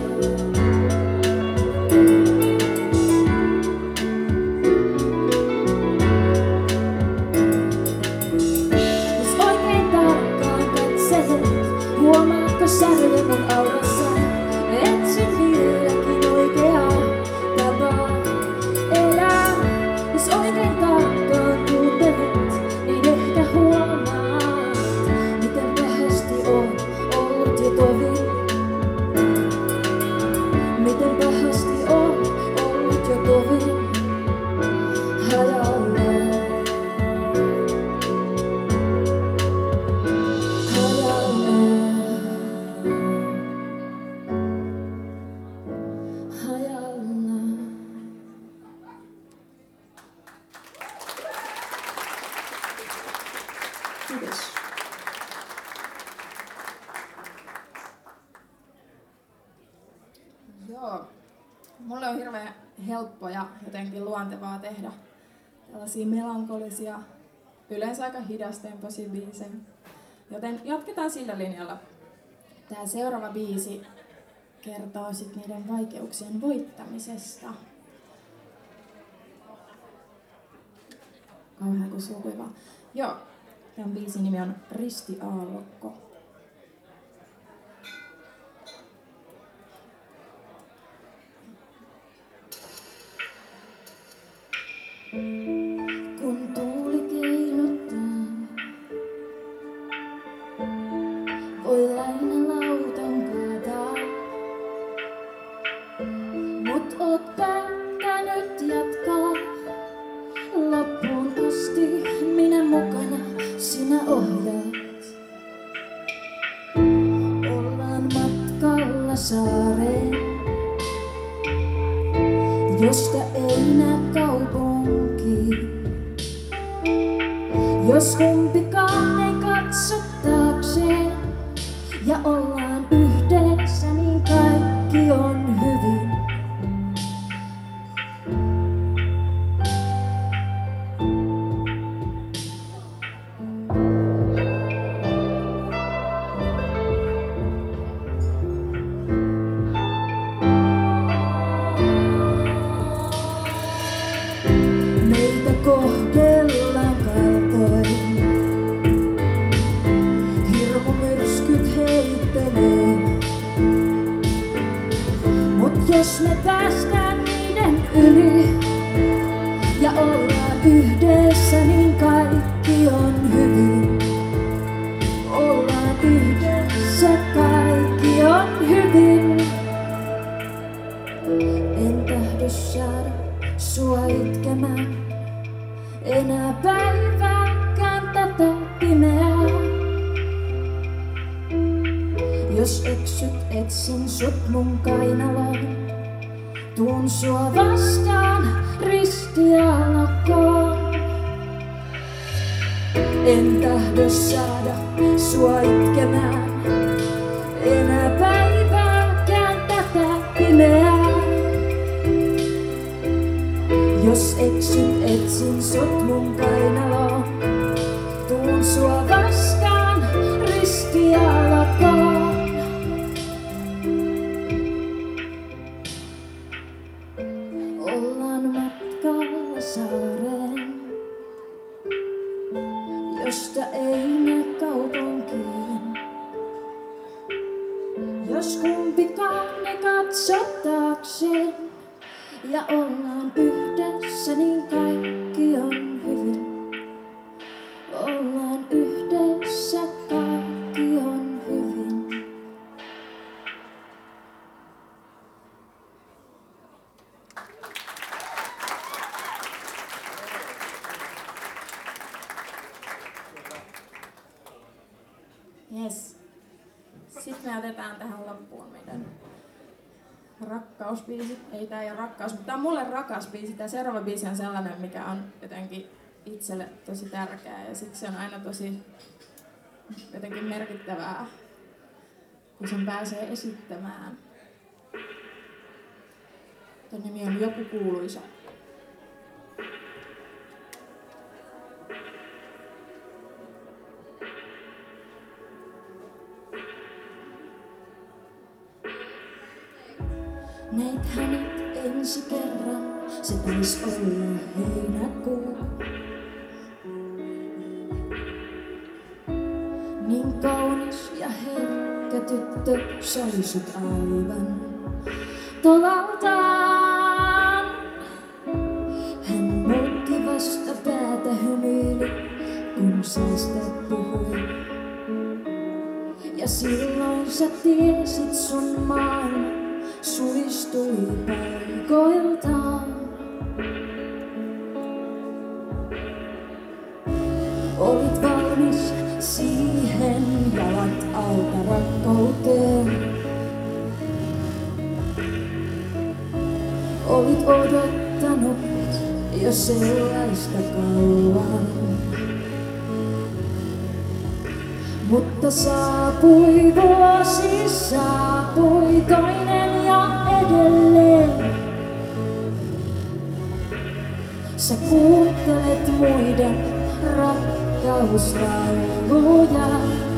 Jos oikein tarkkaan katselet, huomaatko särjä mun aurassa? Etsin vieläkin oikeaa tapaa elää. Jos oikein tarkkaan kuuntelet, niin ehkä huomaat, miten pahasti on tovi. Miten pahasti on ollut jo tovin hajallaan. Joo, mulle on hirveän helppo ja jotenkin luontevaa tehdä tällaisia melankolisia, yleensä aika hidastempoisia biisejä. Joten jatketaan sillä linjalla. Tää seuraava biisi kertoo sit niiden vaikeuksien voittamisesta. Kauhean kun suu kuivaa. Joo, tämän biisin nimi on Ristiaallokko. Kun tuuli keinuttaa, voi lähinnä lautan kaataa. Mut oot päättänyt jatkaa loppuun asti, minä mukana, sinä ohjaat. Ollaan matkalla saareen, josta ei näe kaupunkia. Jos kumpikaan ei katso taakseen ja ollaan yhdessä, niin kaikki on hyvin. Meitä kohdellaan kaltoin. Hirmumyrskyt heittelee. Mut jos me päästään niiden yli ja ollaan yhdessä, niin kaikki on hyvin. Ollaan yhdessä, kaikki on hyvin. En tahdo saada sua itkemään enää päivääkään tätä pimeää. Jos eksyt, etsin sut mun kainaloon. Tuun sua vastaan ristialokkoon. En tahdo saada sua itkemään enää päivääkään tätä pimeää. Jos eksyt, etsin sut mun kainaloon. Tuun sua vastaan ristialokkoon. Ollaan matkalla saareen, josta ei näe kaupunkiin. Jos kumpikaan ei katso taakseen ja ollaan yhdessä, niin kaikki on hyvin. Ollaan yhdessä, kaikki on hyvin. Yes. Sitten me otetaan tähän loppuun meidän rakkausbiisi. Ei tää ei ole rakkaus, mutta tää on mulle rakas biisi. Tää seuraava biisi on sellainen, mikä on jotenkin itselle tosi tärkeä ja siksi se on aina tosi jotenkin merkittävää, kun sen pääsee esittämään. Tän nimi on Joku kuuluisa. Näit hänet ensi kerran, se taisi olla heinäkuu. Niin kaunis ja herkkä tyttö, saisit aivan tolaltaan. Hän muutti vasta päätä, hymyili, kun säästä puhui. Ja silloin sä tiesit sun maailma sulistui paikoiltaan. Olit valmis siihen, jalat alta rakkauteen. Olit odottanut jo sellaista kauan. Mutta saapui vuosi, saapui toinen ja edelleen. Sä kuuntelet muiden rakkauslauluja.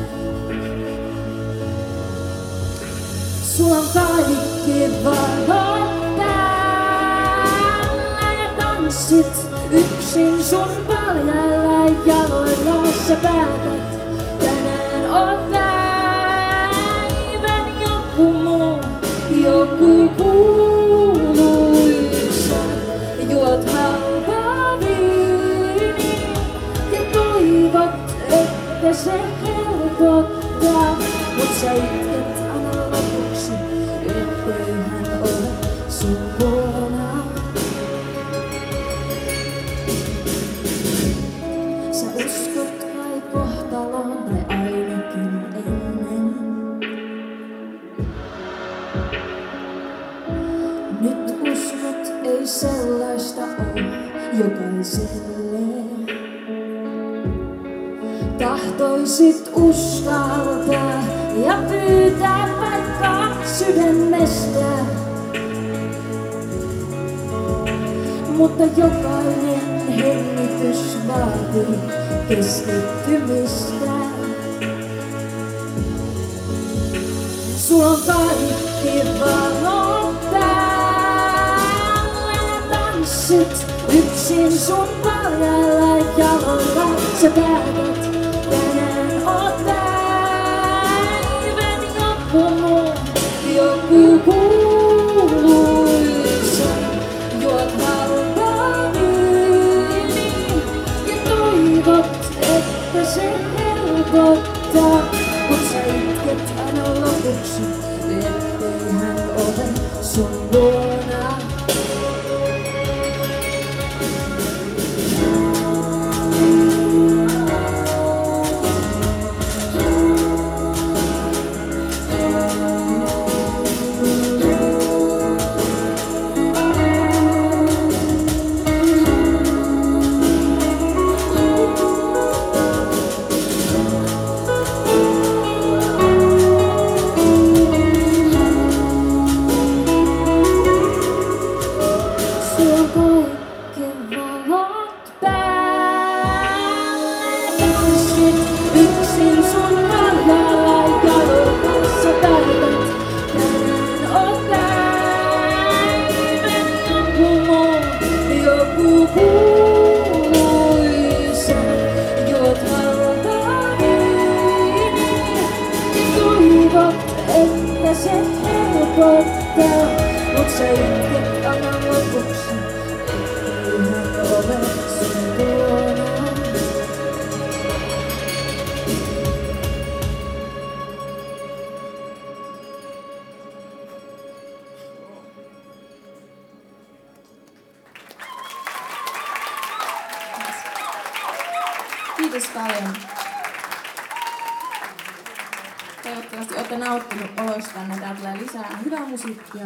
Sulla on kaikki valot päällä ja tanssit yksin sun paljailla jaloilla. Sä päätät, tänään on päivän joku muu, joku kuuluisa. Juot halpaa viiniä ja toivot, että se helpottaa. Mut sä itket aina lopuksi, ettei hän ole sun puolena. Sä uskot kai kohtaloon tai ainakin ennen. Nyt uskot ei sellaista oo jokaiselle. Tahtoisit uskaltaa ja pyytää paikkaa sydämestä. Mutta jokainen hengitys vaatii keskittymistä. Sulla on kaikki valot päällä ja tanssit yksin sun paljailla jaloilla. Sä päätät, tänään on päivän joku muu, joku kuuluisa. Juot halpaa viiniä ja toivot, että se helpottaa. Mut sä itket aina lopuksi, ettei hän ole sun luona. Mut sä itket aina lopuksi, ettei hän ole sun luona. Kiitos paljon. Toivottavasti olette nauttinut olostanne. Täällä tulee lisää hyvää musiikkia.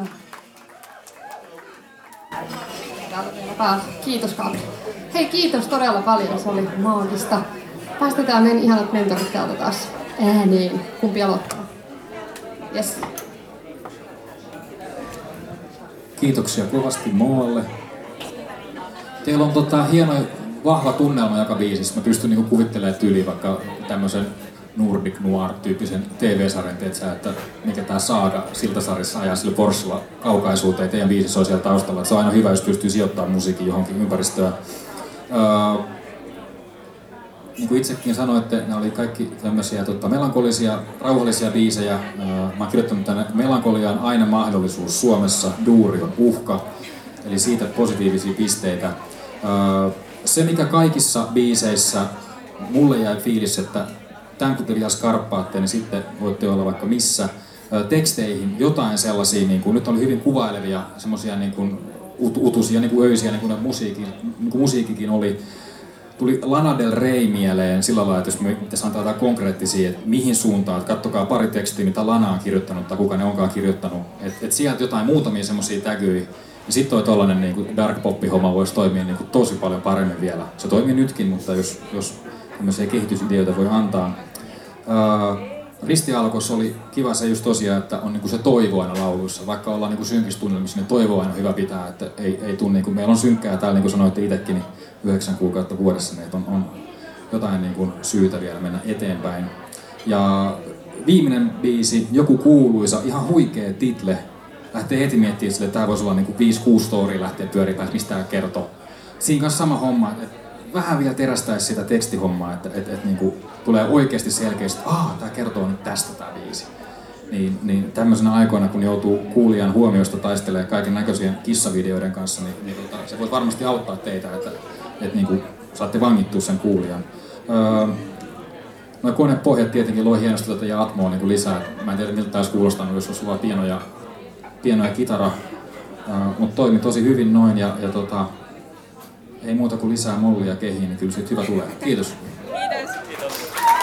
Kiitos Kabri. Hei, kiitos todella paljon, se oli maagista. Päästetään meidän ihanat mentorit täältä taas ääneen. Kumpi aloittaa? Yes. Kiitoksia kovasti Moalle. Teillä on tota, hieno, vahva tunnelma joka biisissä. Mä pystyn niinku kuvittelemaan tyyliin vaikka tämmöisen Nordic Noir-tyyppisen T V-sarjan, teetsä, että mikä tää Saaga Siltasarjassa ajaa sillä Porschella kaukaisuuteen, teidän biisissä on siellä taustalla. Et se on aina hyvä, jos pystyy sijoittamaan musiikin johonkin ympäristöön. Öö, niin kuin itsekin sanoitte, ne oli kaikki tämmöisiä tota, melankolisia, rauhallisia biisejä. Öö, mä oon kirjoittanut tänne, melankolia on aina mahdollisuus Suomessa, duuri on uhka. Eli siitä positiivisia pisteitä. Öö, se mikä kaikissa biiseissä mulle jäi fiilis, että tämän kun te vielä skarppaatte, niin sitten voitte olla vaikka missä. Teksteihin jotain sellaisia, niin kuin, nyt oli hyvin kuvailevia semmoisia niin kuin ut- utusia, niin kuin öisiä, niin kuin musiikin, niin kuin musiikkikin oli. Tuli Lana Del Rey mieleen sillä lailla, että jos me pitäisi antaa jotain konkreettisia, että mihin suuntaan, että katsokaa pari tekstiä, mitä Lana on kirjoittanut tai kuka ne onkaan kirjoittanut. Että et sieltä jotain muutamia semmoisia tägyjä. Ja sitten toi tollanen niin dark pop-homma voisi toimia niin kuin tosi paljon paremmin vielä. Se toimii nytkin, mutta jos, jos tämmöisiä kehitysideoita voi antaa. Uh, Ristialkossa oli kiva se just tosiaan, että on niinku se toivo aina lauluissa. Vaikka ollaan niinku synkissä tunnelmissa, niin toivo aina hyvä pitää. Että ei, ei tunne, niinku, meillä on synkkää täällä, niin kuin sanoitte itsekin, niin yhdeksän kuukautta vuodessa, niin on, on jotain niinku syytä vielä mennä eteenpäin. Ja viimeinen biisi, Joku kuuluisa, ihan huikea title. Lähtee heti miettimään, että tämä voisi olla niinku viisi kuusi storia lähteä pyöripäässä, mistä tämä kertoo. Siinä kanssa sama homma, että vähän vielä terästäisi sitä tekstihommaa, että et, et, niinku tulee oikeasti selkeästi, että aah, tämä kertoo nyt tästä tämä biisi. Niin, niin tämmöisenä aikoina, kun joutuu kuulijan huomioista taistelemaan kaiken näköisien kissavideoiden kanssa, niin, niin tota, se voi varmasti auttaa teitä, että et, niinku, saatte vangittua sen kuulijan. Öö, Nuo konepohjat tietenkin loi hienosti tätä ja atmoa niin lisää. Mä en tiedä miltä tämä olisi kuulostanut, jos olisi vaan pieno ja, pieno ja kitara. Öö, mutta toimi tosi hyvin noin ja, ja tota, ei muuta kuin lisää mollia kehiin, niin kyllä siitä hyvä tulee. Kiitos. Kiitos.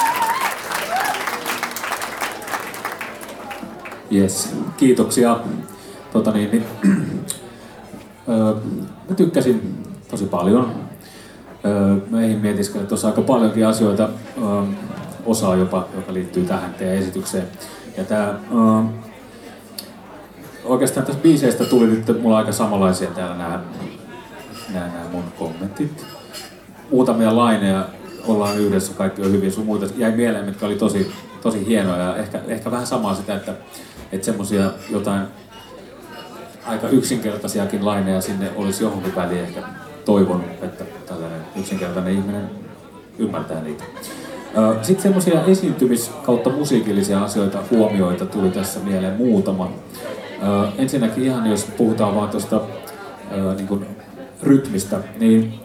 Yes, kiitoksia. Tota niin, niin, öö, mä tykkäsin tosi paljon. Öö, mä eihin mietiskellä tuossa aika paljonkin asioita, öö, osaa jopa, joka liittyy tähän teidän esitykseen. Ja tää, öö, oikeastaan tästä biiseistä tuli nyt mulla aika samanlaisia täällä nämä, nämä, nämä mun kommentit. Muutamia laineja ollaan yhdessä, kaikki on hyvin. Sun muita jäi mieleen, mitkä oli tosi, tosi hienoja ja ehkä, ehkä vähän samaa sitä, että, että semmosia jotain aika yksinkertaisiakin laineja sinne olisi johonkin väliin ehkä toivon, että tällainen yksinkertainen ihminen ymmärtää niitä. Sitten semmoisia esiintymis- kautta musiikillisia asioita, huomioita tuli tässä mieleen muutama. Ensinnäkin ihan jos puhutaan vaan tuosta niin kuin rytmistä, niin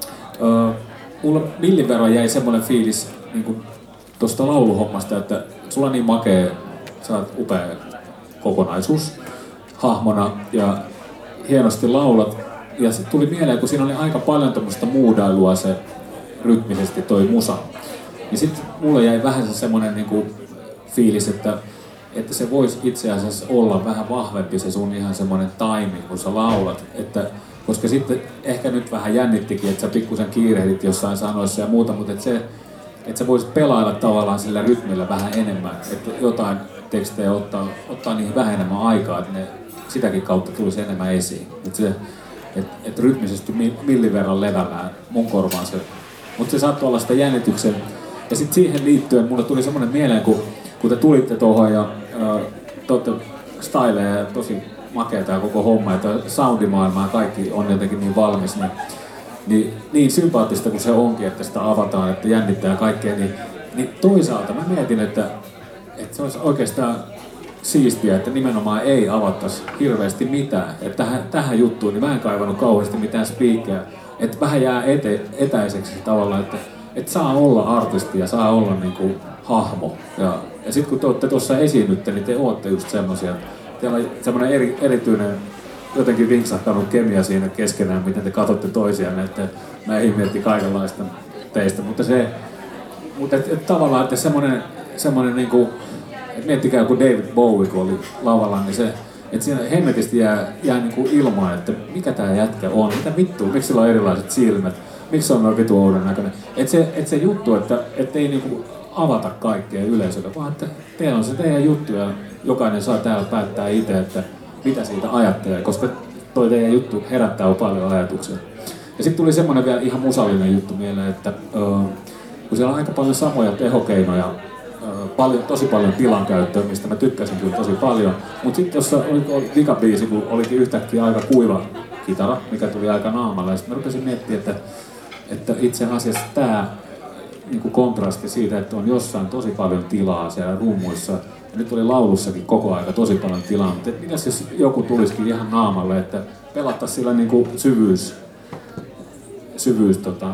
mulla millin verran jäi semmoinen fiilis niin kuin tuosta lauluhommasta, että sulla on niin makea, sä oot upea kokonaisuus hahmona ja hienosti laulat. Ja sitten tuli mieleen, kun siinä oli aika paljon tämmöistä muudailua se rytmisesti toi musa. Niin sitten mulle jäi vähän se semmoinen niinku fiilis, että, että se voisi itse asiassa olla vähän vahvempi se sun ihan semmoinen taimi, kun sä laulat. Että, koska sitten ehkä nyt vähän jännittikin, että sä pikkusen kiirehdit jossain sanoissa ja muuta, mutta että se, että sä voisit pelailla tavallaan sillä rytmillä vähän enemmän. Että jotain tekstejä ottaa, ottaa niihin vähän enemmän aikaa, että ne sitäkin kautta tulisi enemmän esiin. Että se, Että et rytmisesti millin verran levämään mun korvaan se. Mutta se saattoi olla sitä jännityksen. Ja sitten siihen liittyen mulle tuli semmoinen mieleen, kun, kun te tulitte tuohon ja äh, te olette styleja ja tosi makea tää koko homma, että soundimaailma ja kaikki on jotenkin niin valmis, niin, niin, niin sympaattista kuin se onkin, että sitä avataan, että jännittää ja kaikkea, niin, niin toisaalta mä mietin, että, että se olisi oikeastaan siistiä, että nimenomaan ei avattaisi hirveästi mitään. Että tähän, tähän juttuun niin mä en kaivannut kauheasti mitään spiikkejä. Että vähän jää ete, etäiseksi tavallaan, että, että saa olla artisti ja saa olla niinku hahmo. Ja, ja sitten kun te olette tuossa esiinnytte, niin te ootte just semmosia. Teillä on semmoinen eri, erityinen, jotenkin vinksahtanut kemia siinä keskenään, miten te katsotte toisiaan. Että mä en mietti kaikenlaista teistä, mutta se, mutta et, et tavallaan, että semmoinen, semmoinen niinku, et miettikää, kun David Bowie kun oli lavalla, niin se, että siinä hemmetisti jää, jää niinku ilmaan, että mikä tää jätkä on, mitä vittua, miksi sillä on erilaiset silmät, miksi se on noin vitu oudon näköinen. Että se, et se juttu, että et ei niinku avata kaikkea yleisölle, vaan että teillä on se teidän juttu ja jokainen saa täällä päättää itse, että mitä siitä ajattelee, koska toi teidän juttu herättää paljon ajatuksia. Ja sitten tuli semmoinen vielä ihan musallinen juttu mieleen, että uh, kun siellä on aika paljon samoja tehokeinoja, Paljon, tosi paljon tilankäyttöä, mistä mä tykkäsin kyllä tosi paljon. Mutta sitten tuossa oli, oli vikabiisi, kun olikin yhtäkkiä aika kuiva kitara, mikä tuli aika naamalla. Ja sitten mä rupesin miettimään, että, että itse asiassa tämä niinku kontrasti siitä, että on jossain tosi paljon tilaa siellä rummuissa. Ja nyt oli laulussakin koko aika tosi paljon tilaa. Mutta mitäs jos joku tulisikin ihan naamalle, että pelattaisiin sillä niinku syvyys, syvyys tota,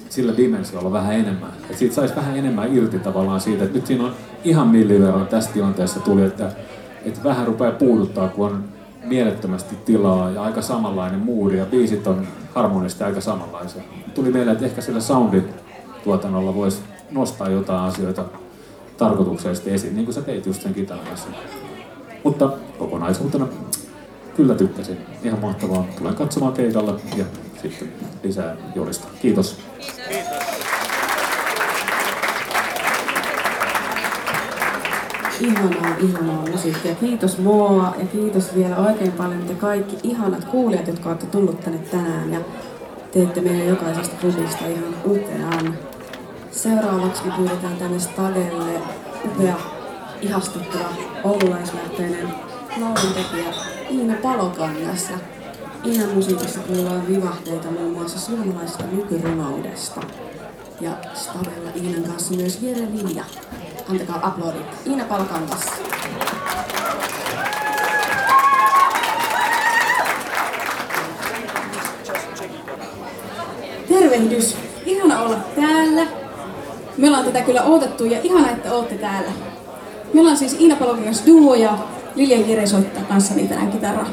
sillä dimensiolla vähän enemmän. Et siitä saisi vähän enemmän irti tavallaan siitä, että nyt siinä on ihan milliverran tässä tilanteessa tuli, että, että vähän rupeaa puuduttaa, kun on mielettömästi tilaa ja aika samanlainen moodi ja biisit on harmonisesti aika samanlaisia. Tuli mieleen, että ehkä sillä soundituotannolla voisi nostaa jotain asioita tarkoituksellisesti esiin, niin kuin sä teit just sen kitaran kanssa. Mutta kokonaisuutena kyllä tykkäsin. Ihan mahtavaa. Tulen katsomaan keikalla ja sitten lisää Jorista. Kiitos. Ihanaa, ihanaa musiikkia. Kiitos Moa ja kiitos vielä oikein paljon te kaikki ihanat kuulijat, jotka olette tullut tänne tänään ja teette meidän jokaisesta klubista ihan upean. Seuraavaksi me pyydetään tänne stadelle upea, ihastuttava oululaislähtöinen lauluntekijä Iina Palokangas. Iinan musiikissa kuullaan vivahteita muun muassa suomalaisesta nykyrunoudesta. Ja stadella Iinan kanssa myös Jere Linja. Antakaa aplodit. Iina Palokangas. Tervehdys. Ihana olla täällä. Me ollaan tätä kyllä odotettu ja ihana, että ootte täällä. Me ollaan siis Iina Palokangas duo ja Lilja Jere soittaa kanssani tänään kitaraa.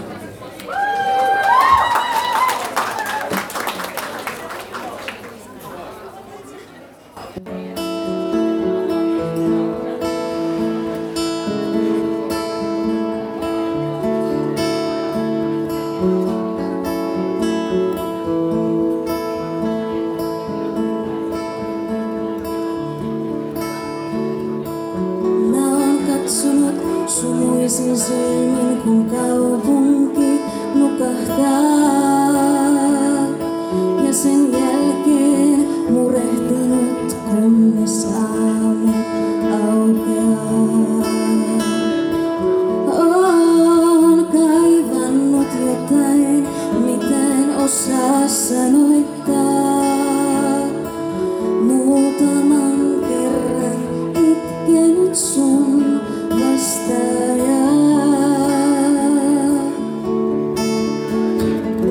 Sumuisin silmin, kun kaupunki nukahtaa. Ja sen jälkeen murehtinut, kunnes aamu aukeaa. Oon kaivannut jotain, miten osaa sanoittaa. Muutaman kerran itkenyt sun vastaajaa.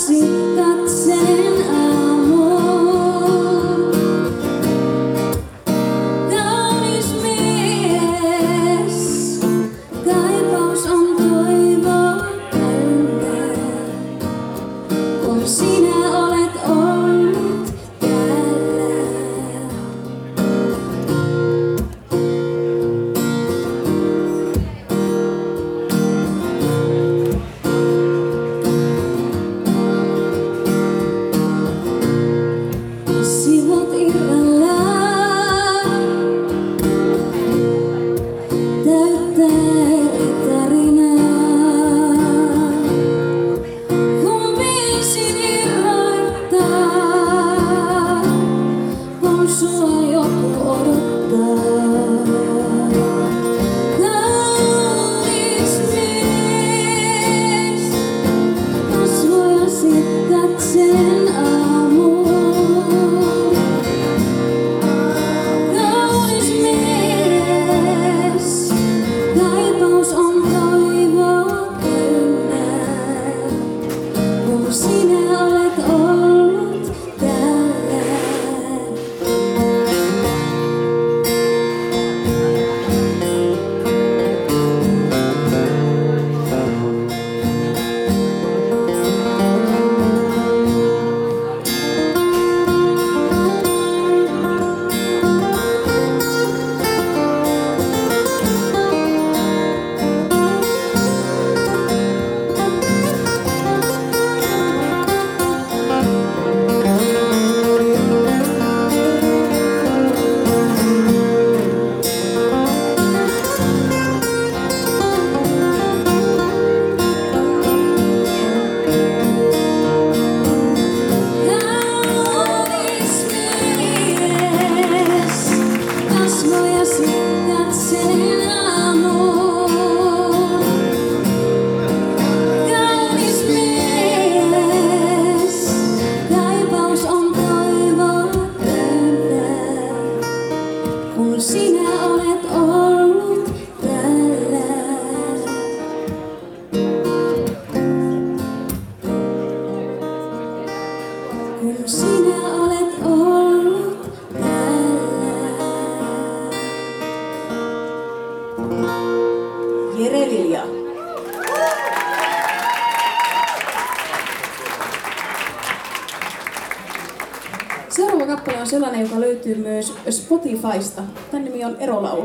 Seuraava kappale on sellainen, joka löytyy myös Spotifysta. Tän nimi on Erolaulu.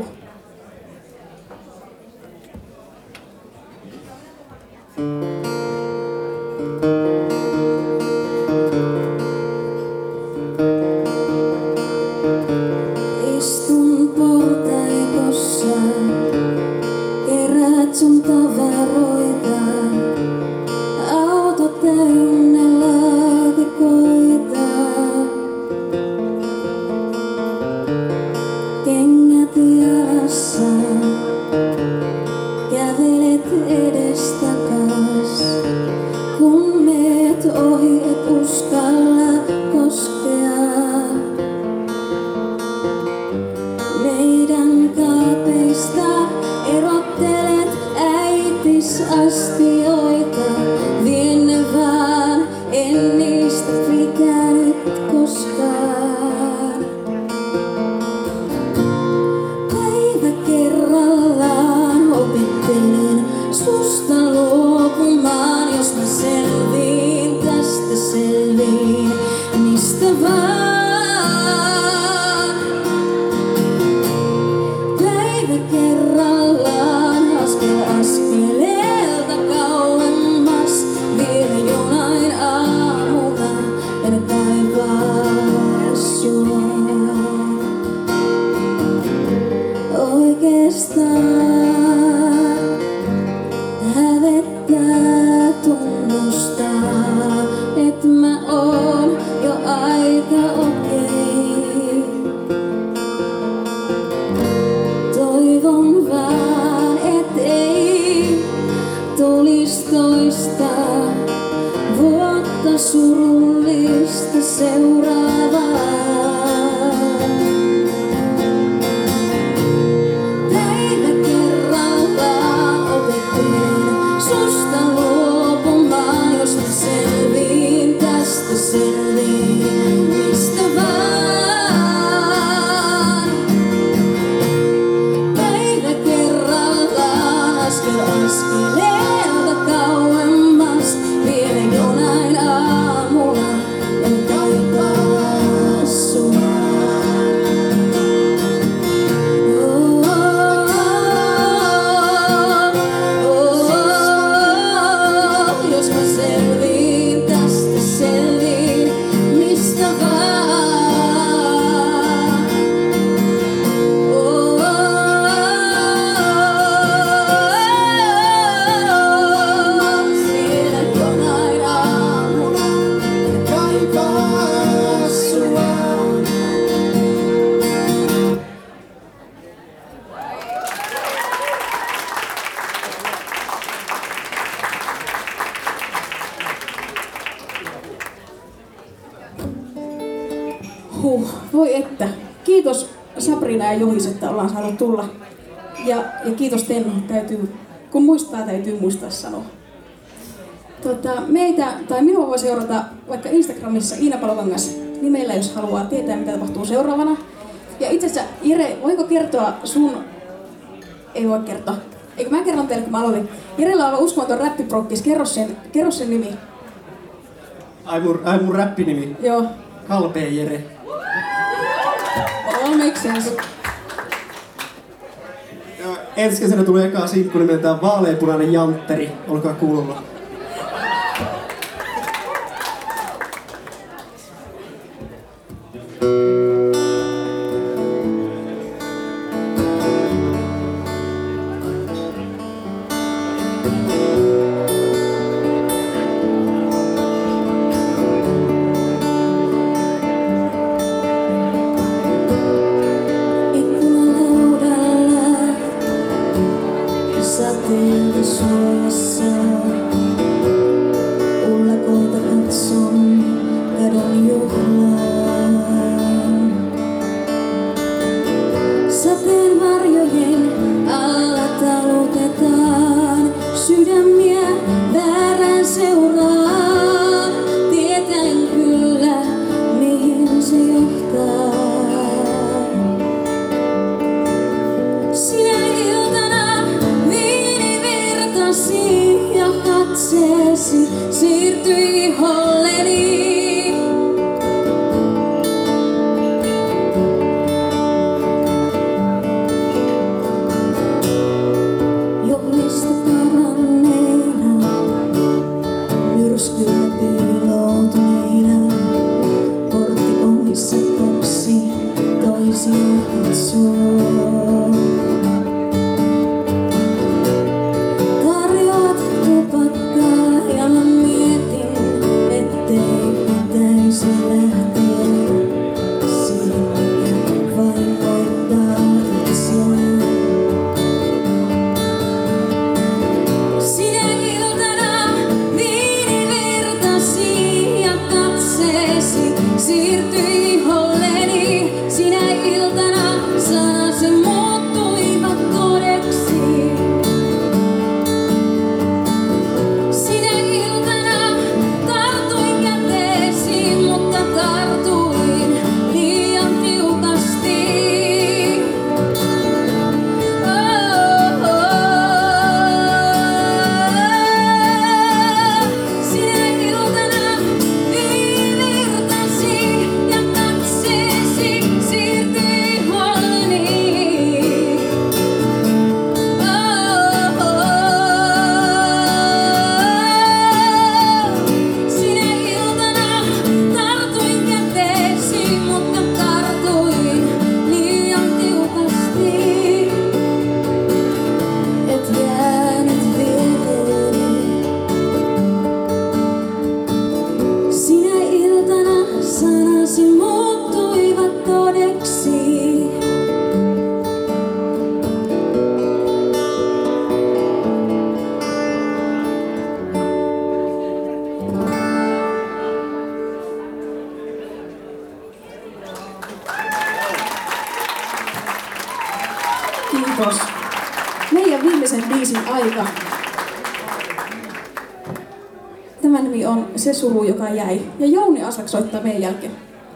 Istun portaikossa, kerät sun tavaroita, auto täynnä laatikoita. Kengät jalassa, kävelet edestakas, kun meet ohi et uskalla koskea. Meidän kaapeista erottelet äitis astioita, vien ne vaan, en niistä fikännyt koskaan. Päivä kerrallaan opettelen susta luopumaan, jos mä selviin tästä selviin, mistä vaan. Päivä kerrallaan, askel askeleelta kauemmas, vielä jonain aamuna en kaipaa sua. Oikeastaan hävettää tunnustaa, et mä oon jo aika okei. Toivon vaan, et ei tulis toista vuotta surullista seuraavaa. Päivä kerrallaan opettelen susta luopumaan, jos mä selviin Huh, voi että. Kiitos Sabrina ja Johis, että ollaan saanut tulla. Ja, ja kiitos Tenno, täytyy, kun muistaa, täytyy muistaa sanoa. Tota, meitä, tai minua voi seurata vaikka Instagramissa Iina Palokangas nimellä, jos haluaa tietää, mitä tapahtuu seuraavana. Ja itse asiassa, Jere, voinko kertoa sun... Ei voi kertoa. Eikö mä kerron teille, kun mä aloitin. Jerellä on aivan uskomaton räppiprokkis. Kerro sen, kerro sen nimi. Ai mun, ai mun räppinimi? Joo. Kalpea Jere. All makes sense. Ensi kesänä tulee ekaa sinkku nimeltään Vaaleanpunainen Jantteri. Olkaa kuulolla. Kiitos. Meidän viimeisen biisin aika. Tämä nimi on Se suru, joka jäi. Ja Jouni Aslak soittaa meidän jälkeen.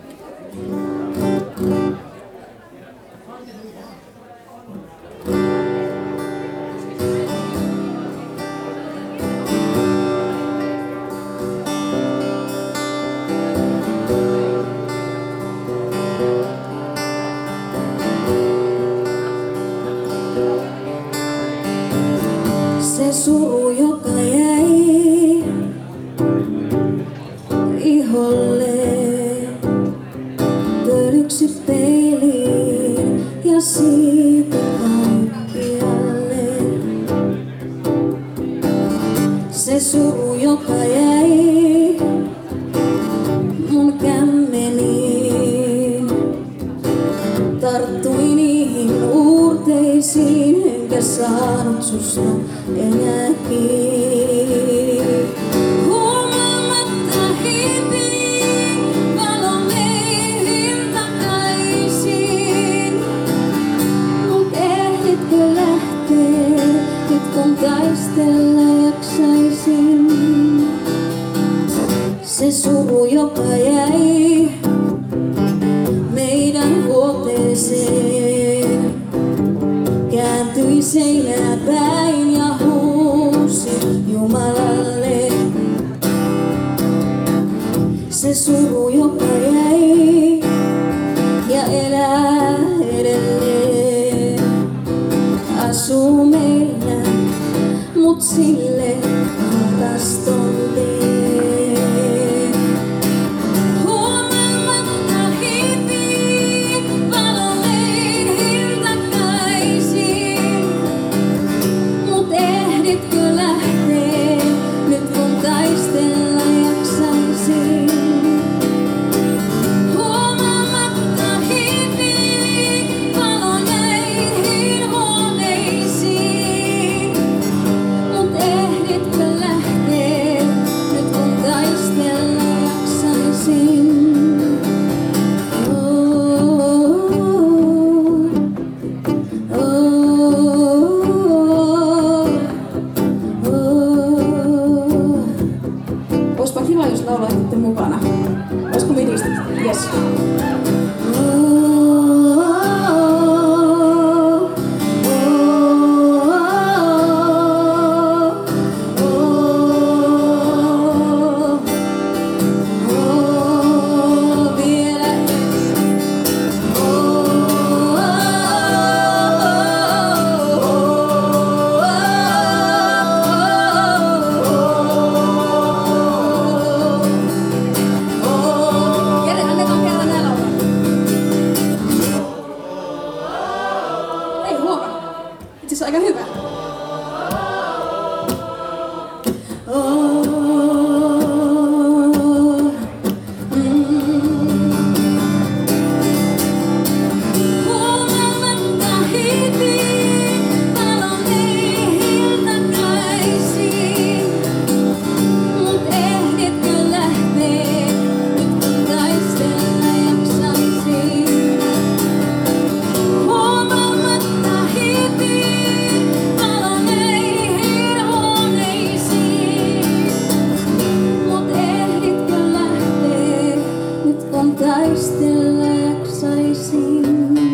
Se suru, joka jäi iholle, pölyksi peiliin ja siitä kaikkialle. Se suru, joka jäi mun kämmeniin, tarttui niihin uurteisiin, enkä saanut susta enää kiinni. Huomaamatta hiipii valon leihintä Se suru, joka jäi meidän vuoteeseen, kääntyi seinää päin ja huusi Jumalalle. Se suru, joka jäi ja elää edelleen, asuu meillä, mut sille rakaston teen. Huomamatta hipii valolein hiltakaisin, mut ehditkö lähtee nyt kun taistella jaksaisin? Huomamatta hipii valolein huoneisiin, mut ehditkö lähtee nyt kun taistella jaksaisin? Oh, oh, oh, oh. Oispa kiva, jos laulaisitte mukana. Olisiko midistä? Yes. Jere, annetaan kerran nää laulaa. Ei huoka. Itse asiassa aika hyvä. Huomamatta hipii valolein hiltakaisin, mut ehditkö lähtee nyt kun taistella jaksaisin? Huomamatta hipii valolein huoneisiin, mut ehditkö lähtee nyt kun taistella jaksaisin?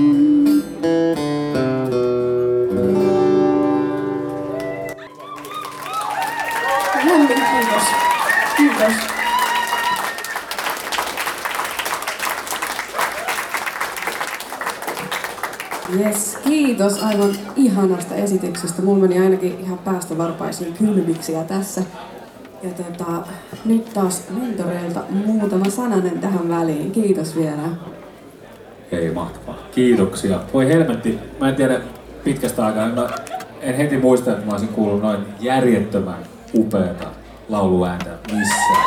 Lämmin kiitos. Kiitos. Yes, kiitos aivan ihanasta esityksestä. Mulla meni ainakin ihan päästä varpaisiin kylmiksiä tässä. Ja tota, nyt taas mentoreilta muutama sananen tähän väliin. Kiitos vielä. Hei, mahtavaa. Kiitoksia. Voi helmetti, mä en tiedä pitkästä aikaa, no, en heti muista, että mä olisin kuullut noin järjettömän upeata lauluääntä missään.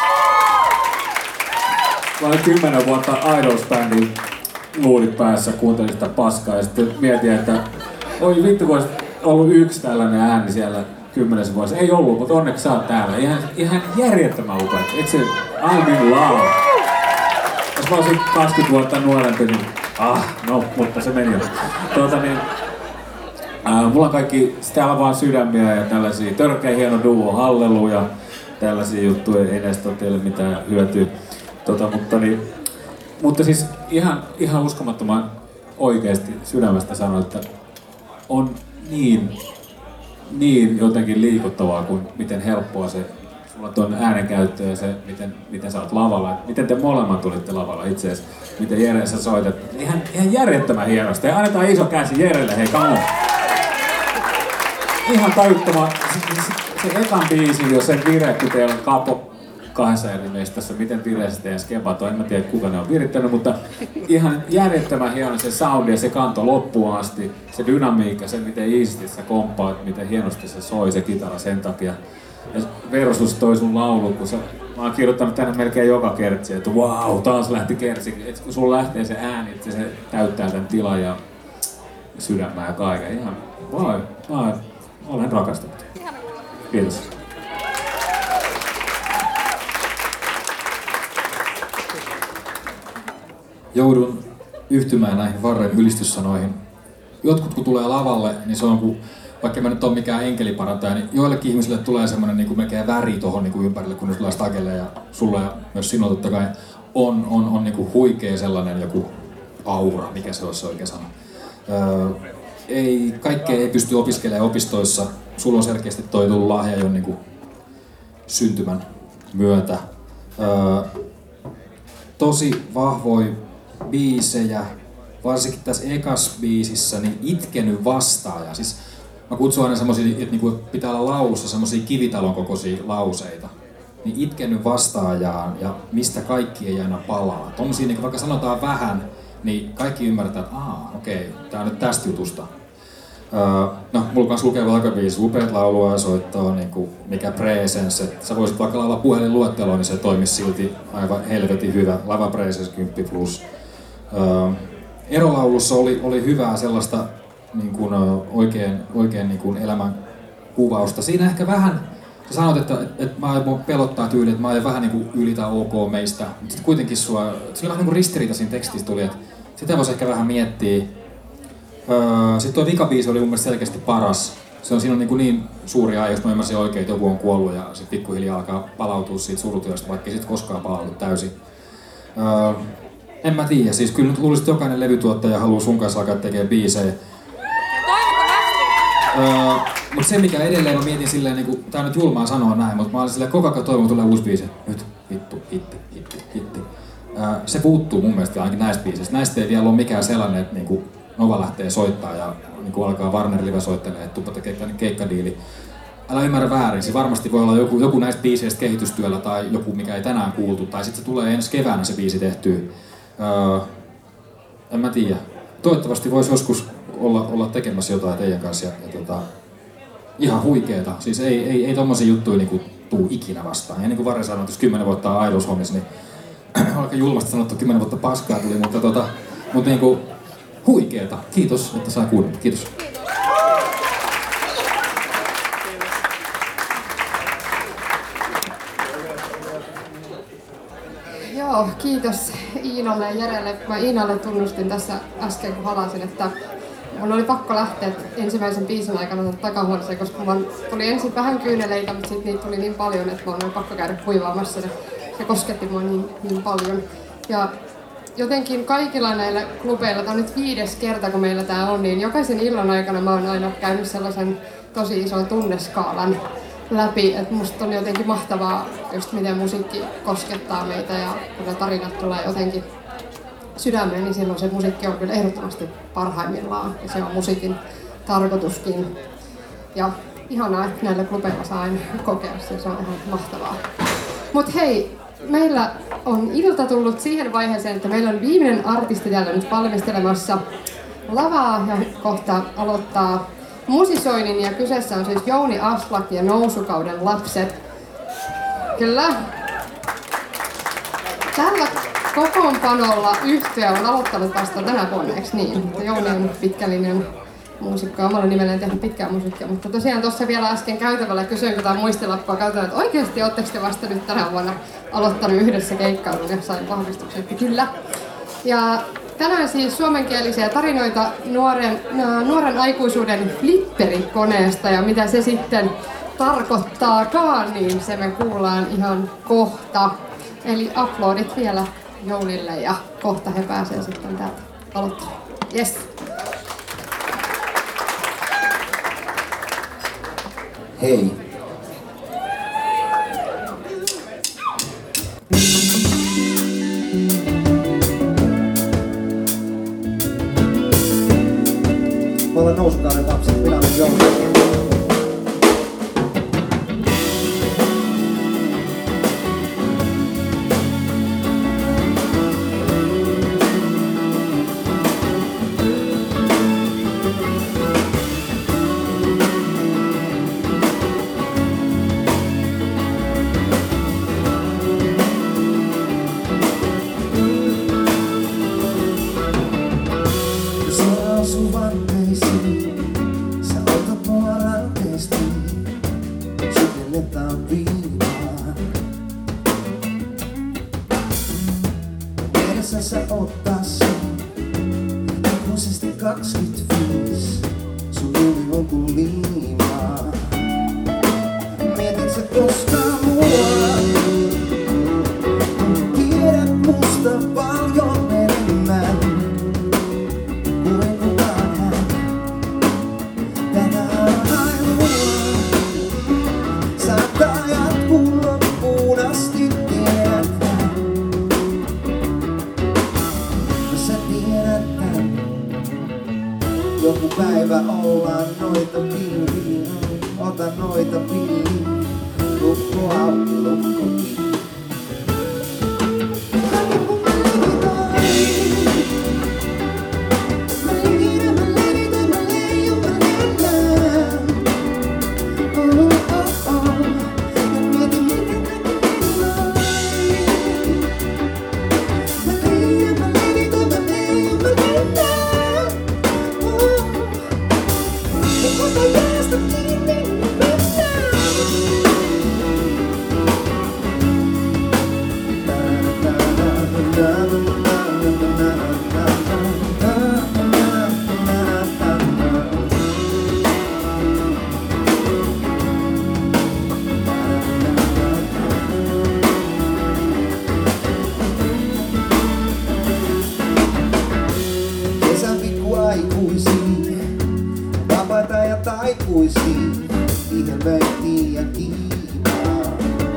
Mä olin kymmenen vuotta Idols-bändin luulit päässä, kuuntelin sitä paskaa ja sitten mietin, että oi vittu, kun olisi ollut yksi tällainen ääni siellä kymmenessä vuodessa. Ei ollut, mutta onneksi sä oot täällä. Ihan, ihan järjettömän upeat. Itse I'm in love. Jos mä olisin kaksikymmentä vuotta nuorempi, niin ah, no, mutta se meni jo. Tuota niin, ää, mulla on kaikki täällä vaan sydämiä ja tällaisia törkeä hieno duo, halleluja, tällaisia juttuja, ei näistä ole teille mitään hyötyä. Tota, mutta, niin, mutta siis ihan, ihan uskomattoman oikeasti sydämestä sanoin, että on niin, niin jotenkin liikuttavaa kuin miten helppoa se sulla on tuon äänenkäyttö ja se, miten, miten sä oot lavalla, miten te molemmat tulitte lavalla itse asiassa, miten Jere sä soitat. Ihan, ihan järjettömän hienosti. Ja annetaan iso käsi Jerelle, hei come on. Ihan tajuttoman, se, se, se ekan biisin, jos sen vire, kun teillä on kapo kahdessa eri mestassa, miten vireessä teidän skebat on, en mä tiedä kuka ne on virittänyt, mutta ihan järjettömän hieno se soundi ja se kanto loppuun asti, se dynamiikka, se miten iisisti sä komppaat, miten hienosti se soi se kitara sen takia. Ja versus toi sun laulu, kun sä, mä oon kirjoittanut tänne melkein joka kertsi, että wow, taas lähti kertsi. Et kun sun lähtee se ääni, että se täyttää tän tilan ja sydämää ja kaiken. Ihan, mä, mä olen rakastunut. Kiitos. Joudun yhtymään näihin Varren ylistyssanoihin. Jotkut kun tulee lavalle, niin se on kuin vaikka mä nyt on mikään enkeliparantaja, niin joillekin ihmisille tulee semmoinen niin kuin melkein väri tuohon niin kuin ympärille, kun ne tulee Stagelle ja sulle ja myös sinulla totta kai on, on, on niin kuin huikea sellainen joku aura, mikä se olisi se oikea sana. Öö, ei, kaikkea ei pysty opiskelemaan opistoissa. Sulla on selkeästi toi tullut lahja jo niin kuin syntymän myötä. Öö, tosi vahvoja biisejä, varsinkin tässä ekas biisissä, niin itkenyt vastaaja. Siis mä kutsun aina semmosia, että niinku pitää olla laulussa semmosia kivitalon kokoisia lauseita. Niin itkenyt vastaajaan ja mistä kaikki ei aina palaa. Tommosia, niin vaikka sanotaan vähän, niin kaikki ymmärtää, että aah, okei, tää on nyt tästä jutusta. Öö, no, mulla kans lukee vielä aika biisi, upeat laulua ja soittaa, niinku, mikä presence. Et sä voisit vaikka laulaa puhelinluetteloon, niin se toimisi silti aivan helvetin hyvä. Lava presence kymmenen plus. Öö, erolaulussa oli, oli hyvää sellaista niin kuin, oikein, oikein niin kuin elämän kuvausta. Siinä ehkä vähän, sä sanot, että, että, että mä aion pelottaa tyyli, että mä aion vähän niin kuin ylitä ok meistä. Mutta sitten kuitenkin sua, se oli vähän niin kuin ristiriita siinä tekstissä tuli, että sitä voisi ehkä vähän miettiä. Öö, sitten tuo vikabiisi oli mun mielestä selkeästi paras. Se on, siinä on niin, kuin niin suuri aihe, jos mä ymmärsin oikein, että joku on kuollut ja sitten pikkuhiljaa alkaa palautua siitä surutyöstä, vaikka ei sit koskaan palaudu täysin. Öö, en mä tiedä, siis kyllä nyt luulisin, että jokainen levytuottaja haluaa sun kanssa alkaa tekemään biisejä. Öö, mutta se mikä edelleen mä mietin silleen, niinku, tää on nyt julmaa sanoa näin, mutta mä olin silleen koko ajan toivon, tulee uusi biisi. Nyt, hittu, hitti, hitti, hitti. Öö, se puuttuu mun mielestä ainakin näistä biisistä. Näistä ei vielä ole mikään sellainen, että niinku Nova lähtee soittaa ja niinku alkaa Warner Live soittelee, että tuppa tekee tänne keikkadiili. Älä ymmärrä väärin, se varmasti voi olla joku, joku näistä biiseistä kehitystyöllä tai joku mikä ei tänään kuultu, tai sitten se tulee ensi keväänä se biisi tehtyä. Öö, en mä tiedä. Toivottavasti voisi joskus olla, olla tekemässä jotain teidän kanssa ja, ja tota, ihan huikeeta. Siis ei, ei, ei tommosia juttuja niinku tuu ikinä vastaan. Ja niin kuin Varre sanoi, että jos kymmenen vuotta on Idols-hommissa, niin aika julmasti sanottu kymmenen vuotta paskaa tuli, mutta tota, mut niinku huikeeta. Kiitos, että saa kuunnella. Kiitos. Joo, kiitos Iinalle ja Jerelle. Mä Iinalle tunnustin tässä äsken, kun halasin, että mun oli pakko lähteä ensimmäisen biisin aikana takahuoneeseen, koska mä tuli ensin vähän kyyneleitä, mutta sitten niitä tuli niin paljon, että mun oli pakko käydä kuivaamassa. Ja se kosketti mua niin, niin paljon. Ja jotenkin kaikilla näillä klubeilla, tää on nyt viides kerta kun meillä tää on, niin jokaisen illan aikana mä oon aina käynyt sellaisen tosi ison tunneskaalan läpi, että musta on jotenkin mahtavaa just miten musiikki koskettaa meitä ja kun ne tarinat tulee jotenkin sydämeen, niin silloin se musiikki on kyllä ehdottomasti parhaimmillaan ja se on musiikin tarkoituskin. Ja ihanaa, että näillä klubeilla saa aina kokea se, se on ihan mahtavaa. Mut hei, meillä on ilta tullut siihen vaiheeseen, että meillä on viimeinen artisti täällä nyt valmistelemassa lavaa ja kohta aloittaa musisoinnin ja kyseessä on siis Jouni Aslak ja Nousukauden lapset. Kyllä. Tällä kokoonpanolla yhtye on aloittanut vasta tänä vuonna, eikö niin? Jouni on pitkällinen muusikko, omalla nimelleen tehnyt pitkää musiikkia, mutta tosiaan tuossa vielä äsken käytävällä kysyin, kun tämä muistilappua käytävällä, että oikeasti ootteko te vasta nyt tänä vuonna aloittanut yhdessä keikkailun ja sain vahvistuksen, että kyllä. Ja tänään siis suomenkielisiä tarinoita nuoren, nuoren aikuisuuden flipperikoneesta ja mitä se sitten tarkoittaakaan, niin se me kuullaan ihan kohta. Eli aplodit vielä Jounille ja kohta he pääsee sitten täältä aloittamaan. Yes. Hei. Mä olen Nousukauden lapset, minä olen Jouni. Sä ottaa sen ikuisesti kaksikymmentäviisi. Sun nimi on kuin liina. koskaan mua. Tiedät musta paljon enemmän kuin kukaan hän. Tänään on ainoa. Saattaa jatkuu loppuun asti tiedetään. Sä tiedät tän. Joku päivä ollaan noita pilviä. Ota noita pilviä. Lukko auki, lukko kiinni. Vapaita ja taikuisia, ihmeitä ja kiivaa.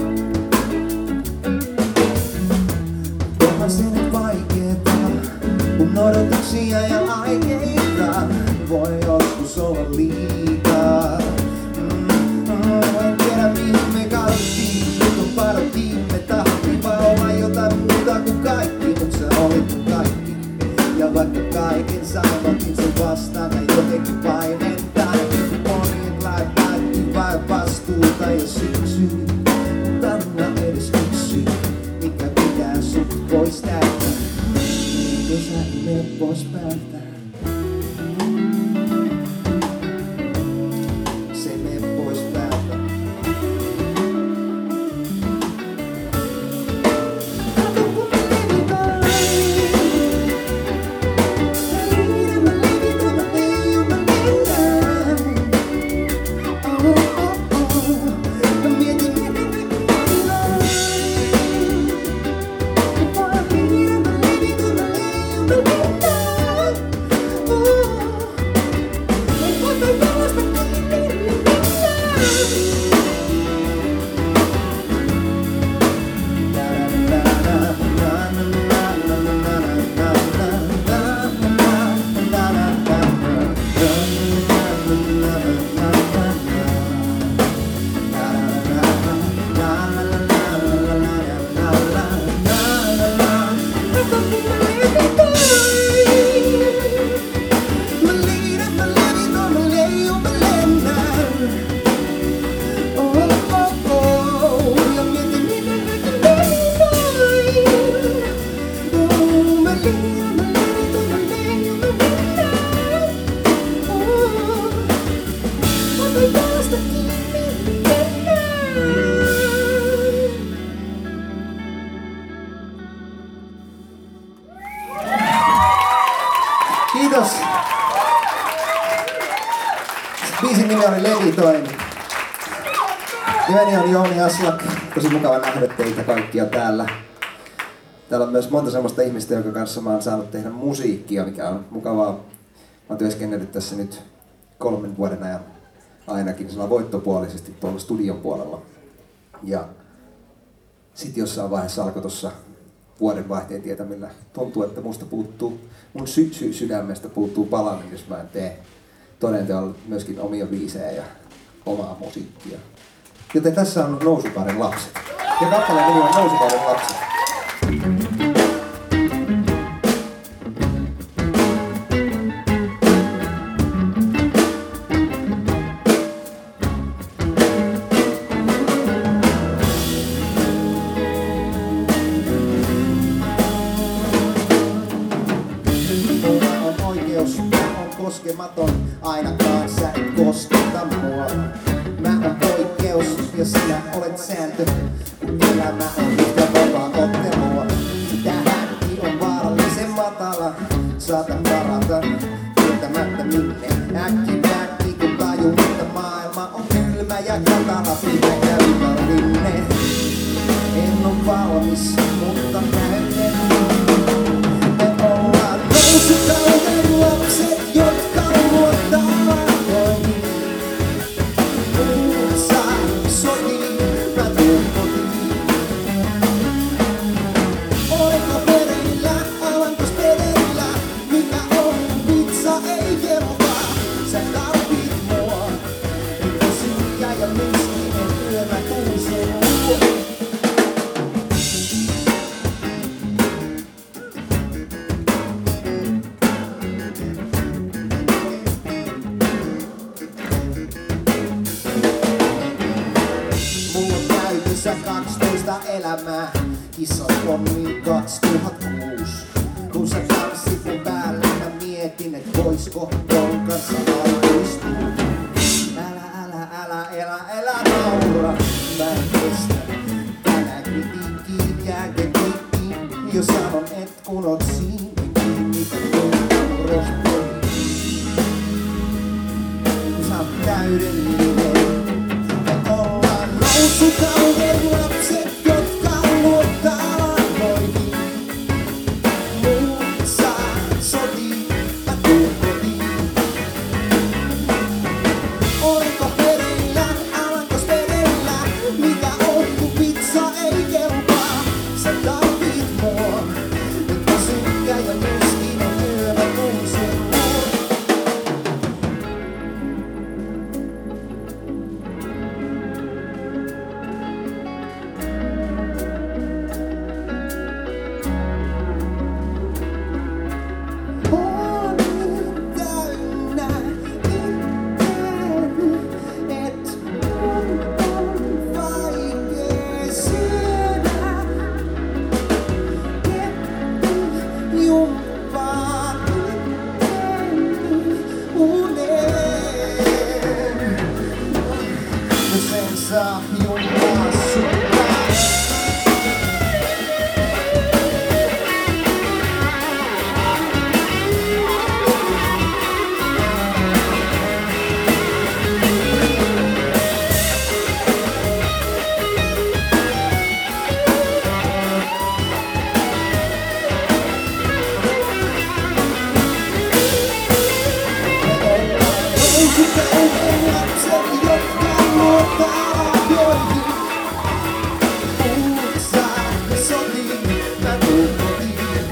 Onhan se nyt vaikeeta, kun odotuksia ja aikeita voi joskus olla liikaa. Mm, en tiedä mihin me kauttiin, nyt on parottiin me tahtiin, vai olla jotain muuta kuin kaikki, mut sä olit mun kaikki. Ja vaikka kaiken sanotin sen vastaan ja jotenkin paimentaa, niin monet laittiin vain vastuuta ja syksyy. Mut anna edes yksi, mikä pitää sut pois täältä. Kesä ei mene pois päältä. Se ei mene pois päältä. Kiitos. Biisin nimi oli Levitoin. Nimeni on Jouni Aslak. Tosi mukava nähdä teitä kaikkia täällä. Täällä on myös monta semmoista ihmistä, jonka kanssa mä oon saanut tehdä musiikkia, mikä on mukavaa. Mä oon työskennellyt tässä nyt kolmen vuoden ajan ainakin sillä voittopuolisesti tuolla studion puolella. Ja sit jossain vaiheessa alkoi tossa vuodenvaihteen tietämillä tuntuu, että musta puuttuu, mun sy- sy- sydämestä puuttuu palanen, jos mä en tee toden teolla myöskin omia biisejä ja omaa musiikkia. Joten tässä on Nousukauden lapset. Ja kappaleen nimi on Nousukauden lapset. Koskematon, ainakaan sä et kosketa mua. Mä oon poikkeus ja sinä olet sääntö, kun elämä on yhtä vapaa ottelua. Tähänkin on vaarallisen matala, saatan varata tietämättä minne. Äkki päkki kun tajun, että maailma on kylmä ja katala. Minä käyn valmis, mutta näytän. Me ollaan nousukauden lapset, jotka luottaa lahjoihin. Muut saa sotiin, mä tuun kotiin. Olenko perillä, alankos perillä, mikä on pizza ei kelpaa. Sä tarvit mua, että synkkä ja mystinen yö mä tuun sun luo. Mulla on käytössä kaksitoista elämää, kissat pommiin kaksituhattakuusi. Kun sä tanssit mun päällä, mä mietin, et voisko ton kanssa aikuistua. Älä, älä, älä, elä, älä naura, mä en kestä. Älä kritiikkiin, jääkö kiinni, jos sanon, et kun oot siinä kiinni. Rospoin, kun sä oot täydellinen. Me ollaan nousukauden lapset, jotka luottaa lahjoihin. Muut saa sotiin, mä tuun kotiin. Olenko perillä, alankos perillä, mikä on kun pizza ei kelpaa. Sä tarvit mua, nyt on synkkä ja mystinen yö, mä tuun sun luo. Olin täynnä itteeni, et mun on vaikee syödä. Keppi jumppaa itteni uneen. Jos en saa jumppaa sua. Nousukauden lapset, jotka luottaa lahjoihin. Muut saa sotiin, mä tuun kotiin.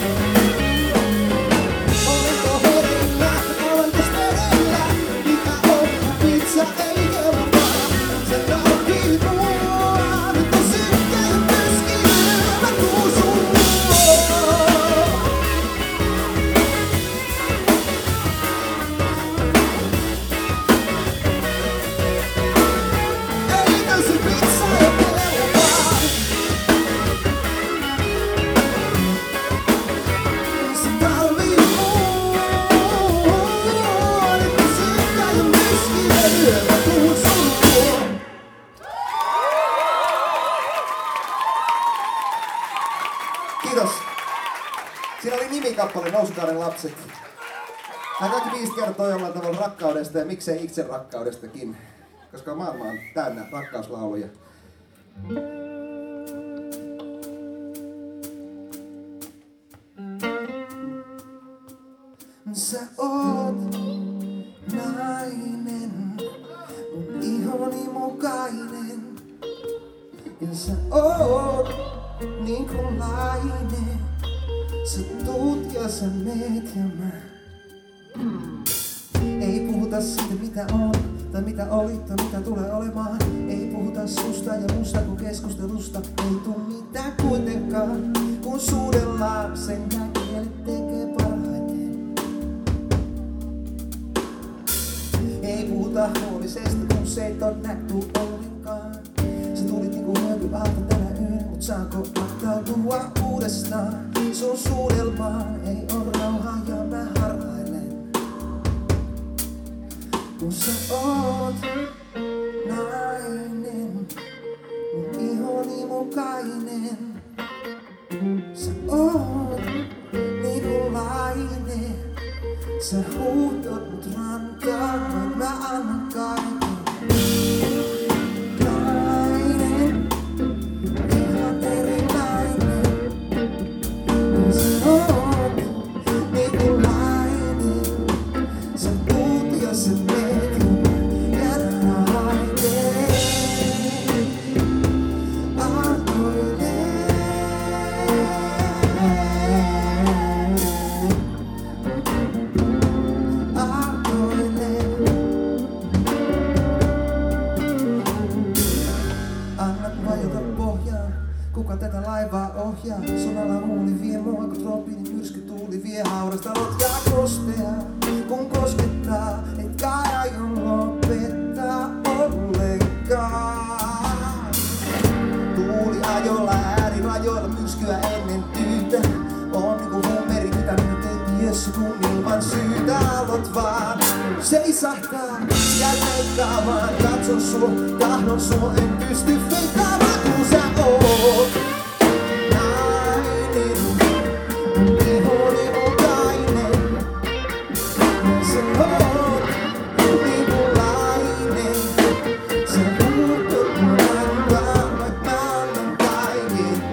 Olenko herillä, alankos perillä, mikä on kun pizza ei kelpaa. Sä tarvit mua, nyt on synkkä ja mystinen, mä tuun sun luo. Eikö se pizza ei kelpaa? Sä tarvit mua, nyt on synkkä ja mystinen yö, mä tuun sun luo. Kiitos. Siinä oli nimikappale Nousukauden lapset. Nämä kaikki viisi kertoo jollain tavalla rakkaudesta ja miksei itse rakkaudestakin. Koska maailma on täynnä rakkauslauluja. Sä oot nainen, mun ihoni mukainen. Ja sä oot niin kuin lainen. Sä tuut ja sä meet ja mä. Ei puhuta siitä mitä on, tai mitä olit, tai mitä tulee olemaan. Ei puhuta susta ja musta, kun keskustelusta ei tuu mitään kuitenkaan. Kun suudellaan, sen näkieli tekee parhaiten. Ei puhuta huomisesta, kun se ei todennäktu ollenkaan. Sä tulit niinku hyöky alta tänä yön, mut saanko lattautua uudestaan? Sun suudelmaan ei oo rauhaa ja mä harhailen. Kun sä oot nainen, mun ihoni mukainen. Sä oot nikulainen, sä huutot mut rantaan, mä annan kaiken. Nainen, ihan eri vaan ohjaa. Sunalla huuli vie mua, kun troopinen myrsky tuuli vie haurasta lot ja kosteja. Kun koskettaa, et kai aion lopettaa ollenkaan. Tuuli ajolla äärirajoilla myrskyä ennen tyytä. On niinku huumeri, mitä nyt ei tiessu kun ilman syytä. Alot vaan seisahtaa, käy leikkaamaan. Katson sua, tahdon sua, en pysty feikkaamaan kun sä oot nainen. Ihoni on kainen. Sä oot niinlainen. Sä huutot mun antaa, vaik mä annan kaiken.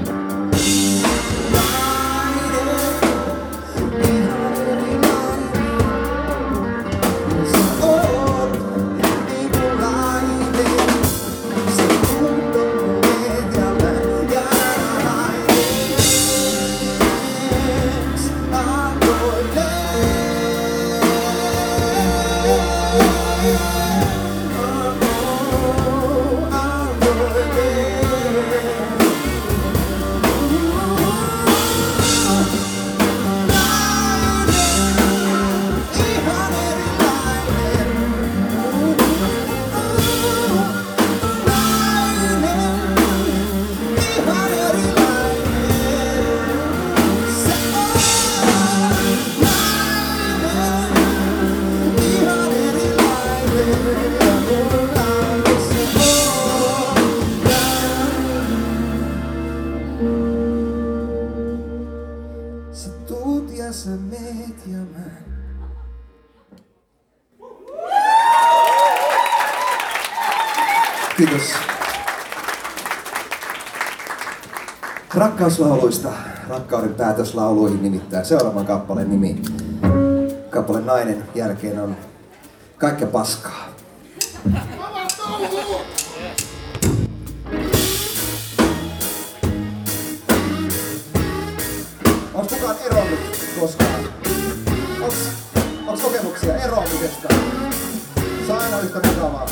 Sä tuut ja sä meet ja mä. Kiitos. Rakkauslauluista rakkauden päätöslauluihin nimittäin seuraavan kappaleen nimi. Kappaleen Nainen jälkeen on Kaikkea paskaa. Onks kukaan eronnut koskaan? Onks, onks kokemuksia eroamisesta? Se on aina yhtä mukavaa.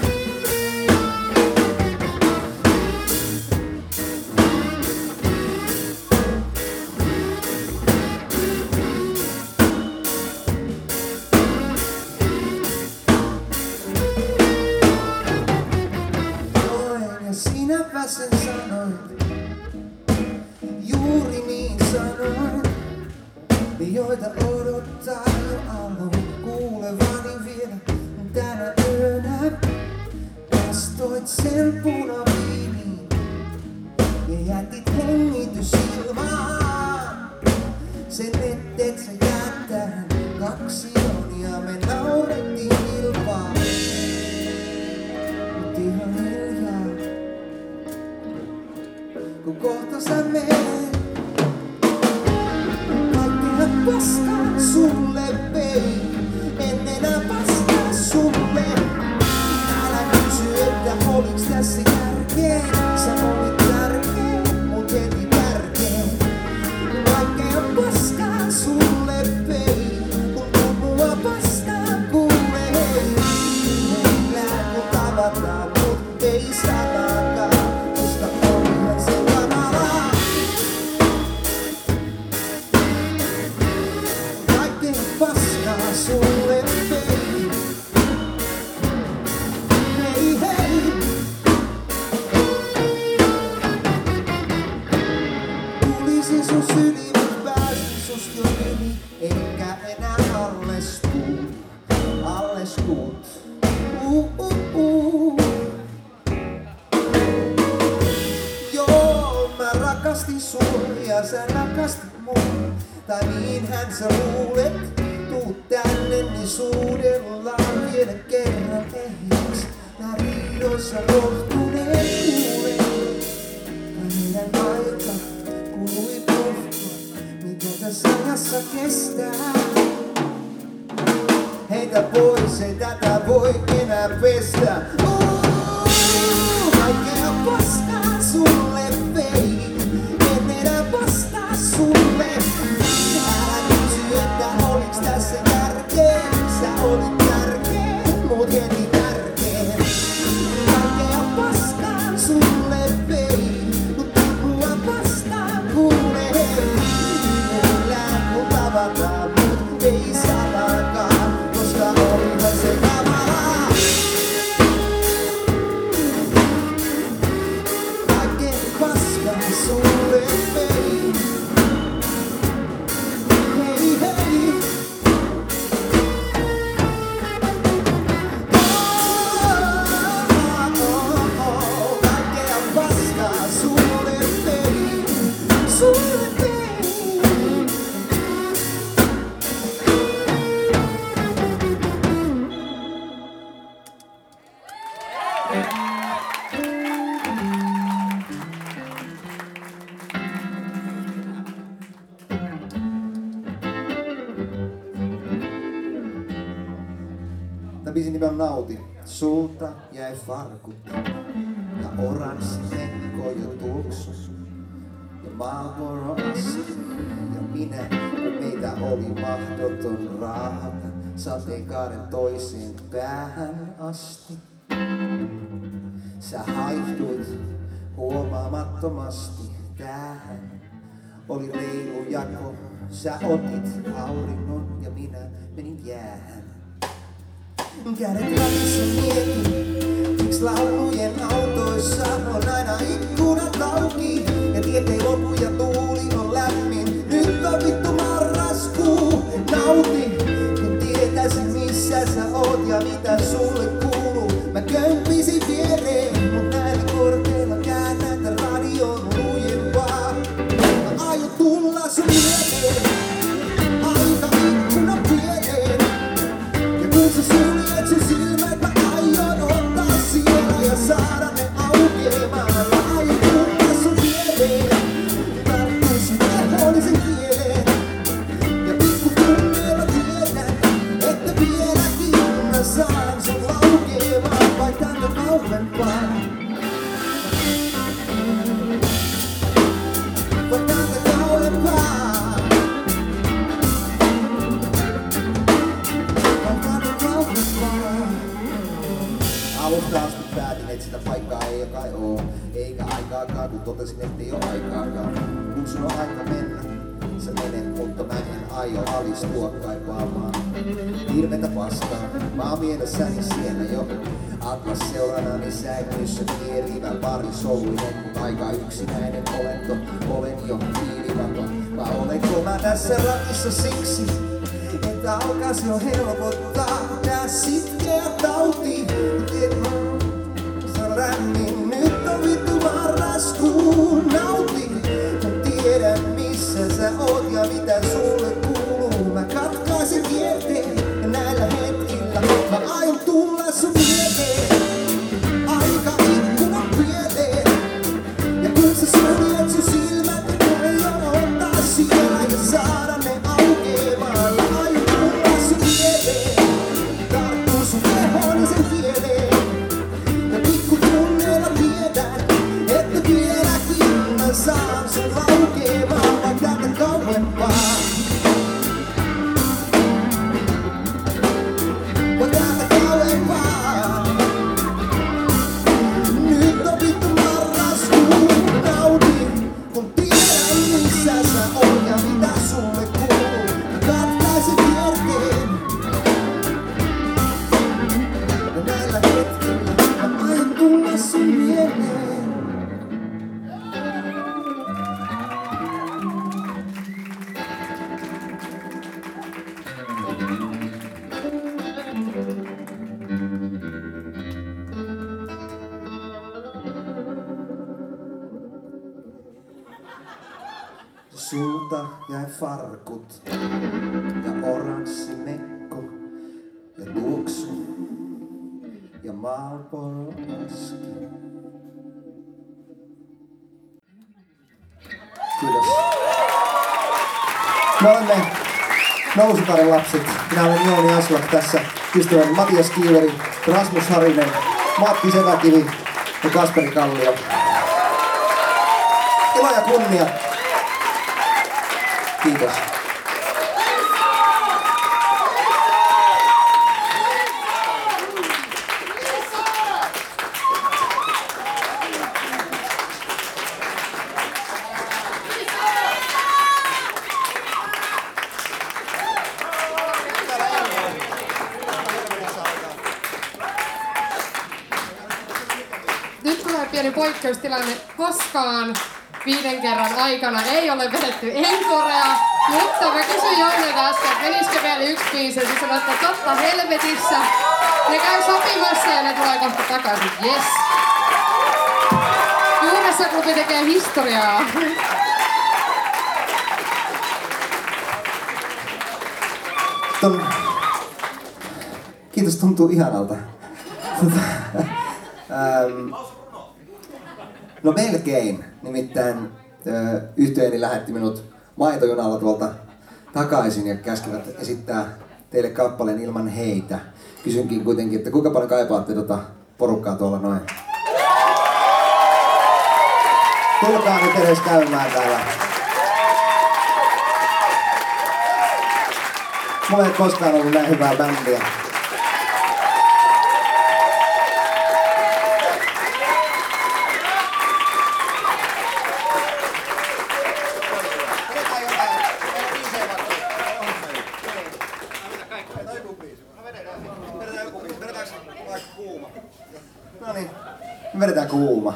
Sinäpä sen sanoit, juuri niin sanoin, joita odottaa jo aloin kuulevani vielä tänä yönä. Kastoit sen punaviiniin ja jätit hengitysilmaan. Sen etteet sä jäät tähän kaksioon ja me naurettiin ilmaa. Mut ihan hiljaa. Kun kohta sä meet, kaikkea paskaa sulle vein. En enää vastaa sulle. Älä kysy, että oliks tässä järkeä. Sä olit tärkeä, mut heti tärkeä. Kaikkea paskaa sulle vein. Kun mua vastaan kuulee. Meillä kun tavataan, mut ei sanakaan. Paskaa sulle vein. Hei hei. Tulisin sun syliin, mut pääsin sus jo yli. Enkä enää allestuu, allestuut. Uh, uh, uh. Joo, mä rakastin sua ja sä rakastit mun. Tai niinhän sä luulet. Tuut tänne, niin suudellaan vielä kerran ehjäks. Nää riidoissa rohtuneet kuulet. Tai meidän aika kului pohtua, mitä tässä ajassa kestää. Heitä pois, ei tätä voi enää pestä. Oh, kaikkea paskaa sulle vein. En enää vastaa sulle. Että oliks tässä järkeä? Sä olit tärkeä, mut heti tärkeä. Kaikkea paskaa sulle vein, mut mua vastaan biisin nimi on Nauti. Sulta jäi farkut ja oranssi mekko jo tuoksus. Ja Marlboro aski ja minä, kun meitä oli mahdoton raahata sateenkaaren toiseen päähän asti. Sä haihduit huomaamattomasti tähän. Oli reilu jako, sä otit auringon ja minä menin jäähän. Kädet ratissa mietin, miks laulujen autoissa on aina ikkunat auki. Ja tieteen lopu ja tuuli on lämmin, nyt on vittu marraskuu. Nauti, kun tietäisin missä sä oot ja mitä sulle kuuluu. Mä kömpisin viereen, mut näillä korteilla käännät radion lujempaa. Mä aion tulla sun mieleen, aika ikkuna pieleen. Ja kun sä suljet sun silmät, mä aion ottaa siellä ja saada ne aukeamaan. Mä aion tulla sun mieleen, tarttuu sun kehollisen kieleen. Ja pikku tunneilla tiedän, että vieläkin mä saan sun laukeamaan, vai tänne kauempaa. Vai tänne kauempaa. Vai tänne kauempaa. Alusta asti päätin, et sitä paikkaa ei kai oo. Eikä aikaakaan, kun totesin, ettei oo aikaakaan. Kun sun on aika mennä, sä menet, mutta mä en aio alistua kaipaamaan hirvetä paskaa. Mä oon mielessäni siellä jo Atlas seuranani sängyssä kierivä parisoluinen, mut aika yksinäinen olento, olen jo hiilivaton. Vai olenko mä tässä ratissa siksi, että alkas jo helpottaa tää sitkeä tauti? Sä rämmin, nyt on vittu marraskuu, nauti. Mä tiedän missä sä oot ja mitä sulle kuuluu. Mä katkaisin kierteen ja näillä hetkillä mä aion tulla sun mieleen. Aika ikkunan pieleen. Ja kun sä suljet sun silmät, mä aion ottaa siellä ja saada ne aukeamaan. Mä aion tulla sun mieleen, tarttuu sun kehollisen kieleen. Ja pikku tunneilla tiedän, että vieläkin mä saan sun laukeamaan, vai täältä kauempaa. Vai täältä kauempaa. Nyt on vittu marraskuu, nauti, kun tiedän missä sä oot ja mitä sulle kuuluu. Mä katkaisin kierteen. Ja näillä hetkillä mä aion tulla sun mieleen. Sulta jäi farkut ja oranssi mekko ja tuoksu ja Marlboro aski. Kiitos. Me olemme Nousukauden lapset. Minä olen Jouni Aslak tässä. Ystäväni Matias Kiiveri, Rasmus Harinen, Matti Seväkivi ja Kasperi Kallio. Ilo ja kunnia. Kiitos. Nyt tulee pieni poikkeustilanne. Koskaan viiden kerran aikana ei ole vedetty enkorea, mutta mä kysyin Jounilta äsken, että menisikö vielä yksi biisi, ja sanoi, että totta helvetissä. Ne käy sopimassa ja ne tulee kohta takaisin. Yes! Juuressa klubi tekee historiaa. Ton... Kiitos, tuntuu ihanalta. ähm... No melkein. Nimittäin yhtyeeni lähetti minut maitojunalla tuolta takaisin ja käskivät esittää teille kappaleen Ilman heitä. Kysynkin kuitenkin, että kuinka paljon kaipaatte tota porukkaa tuolla noin? Tulkaa nyt edes käymään täällä. Mulla ei koskaan ollut näin hyvää bändiä. No niin, me vedetään kuuma.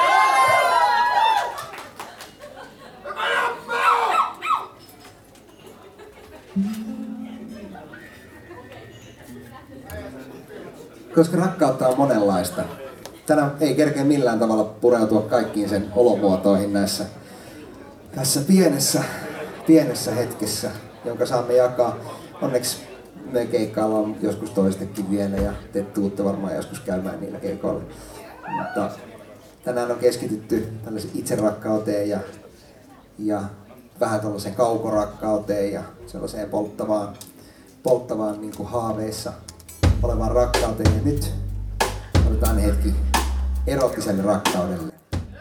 Koska rakkautta on monenlaista. Tänään ei kerkeä millään tavalla pureutua kaikkiin sen olomuotoihin näissä tässä pienessä, pienessä hetkessä, jonka saamme jakaa. Onneksi me keikkaillaan joskus toistekin vielä ja te tuutte varmaan joskus käymään niillä keikoilla. Mutta tänään on keskitytty tällaiseen itserakkauteen ja, ja vähän tällaiseen kaukorakkauteen ja sellaiseen polttavaan, polttavaan niin kuin haaveissa olevaan rakkauteen. Ja nyt otetaan hetki erottiselle rakkaudelle.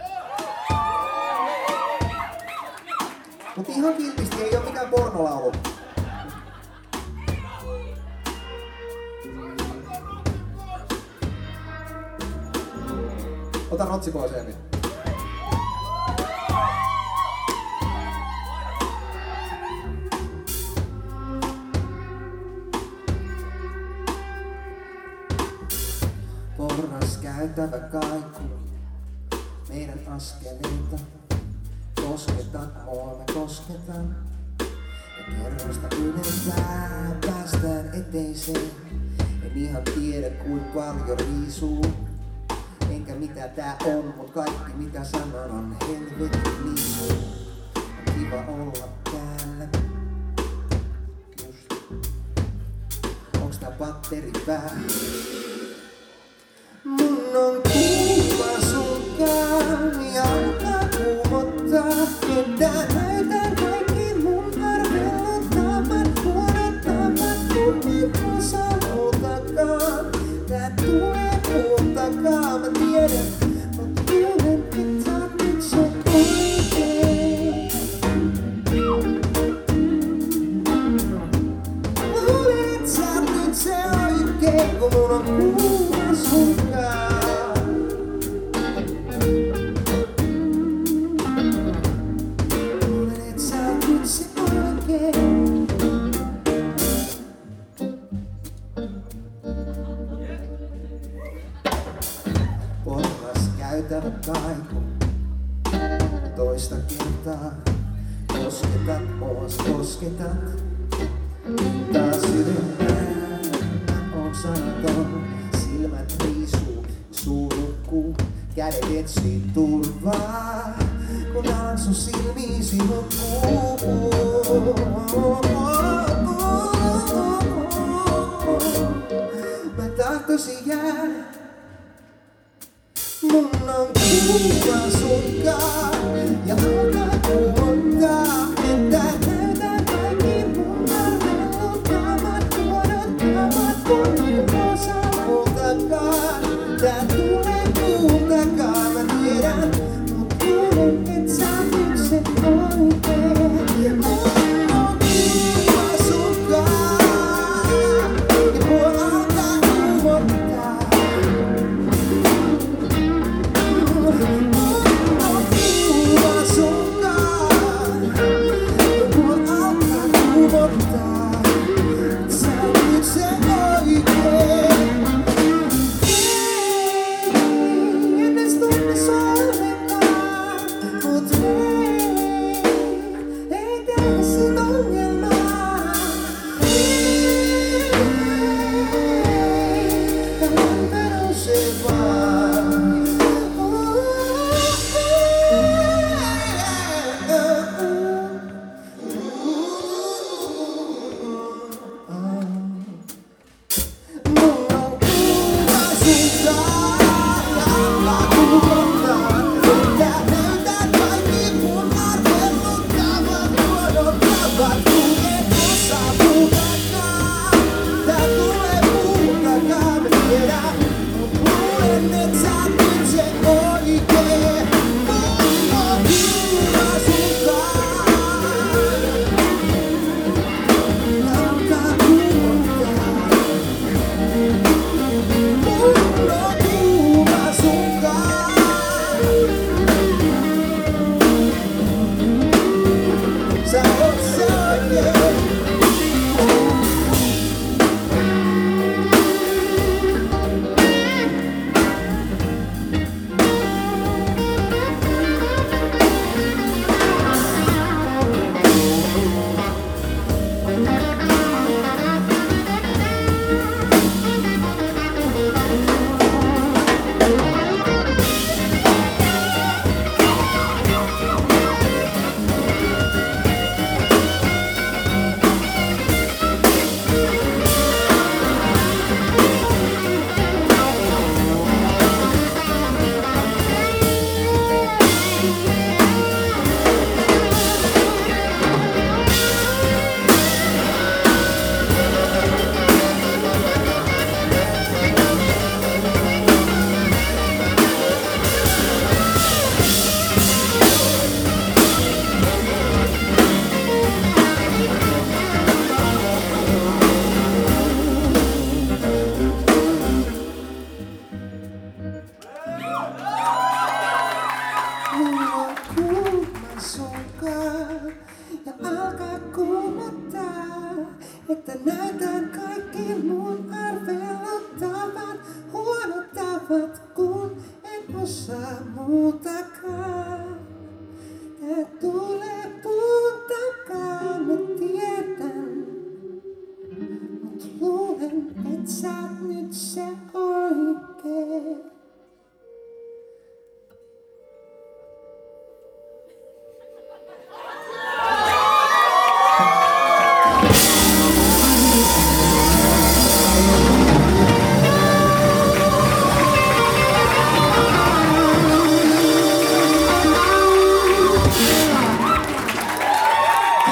Mutta ihan kiltisti, ei ole mikään pornolaulu. Ota rotsi pois, Emmi. Porras käytävä kaiku meidän askeleita. Kosketat mua, mä kosketan. Ja kerrosta ylempää päästään eteiseen. En ihan tiedä kuinka paljon riisuu. Enkä mitä tää on, mut kaikki mitä sanon on helvetin liisu. On kiva olla täällä. Just. Onks tää batteripää? Mun on kuuma sunkaan ja alkaa kuumottaa. Ketään näytän kaikki mun arveluttamat, huonettamat, tunnin osaltakaan. Tää tulee mun takaa, mä tiedän, mut tiedän, et sä nyt se oikein. Luulen, et sä nyt se oikein, kun mun on kuuma sunkaan. Luulen, et sä nyt se oikein. Porras käytävä kaiku toista kertaa. Kosketat mua, kosketat. Taas ylempää on sanaton. Silmät riisuu, suu nukkuu. Kädet etsii turvaa. Kun alan sun silmiisi nukkuu. Mä tahtoisin jäädä. Mun on kuuma sunkaan ja alkaa kuumottaa. Että näytän kaikki mun arveluttamat, huonottamat, tunnin osaltakaan. Tää tulee kuun takaa, mä tiedän, mut kuulen, et sä nyt se oikein. Mun on kuuma sunkaan ja mua alkaa kuumottaa. Ei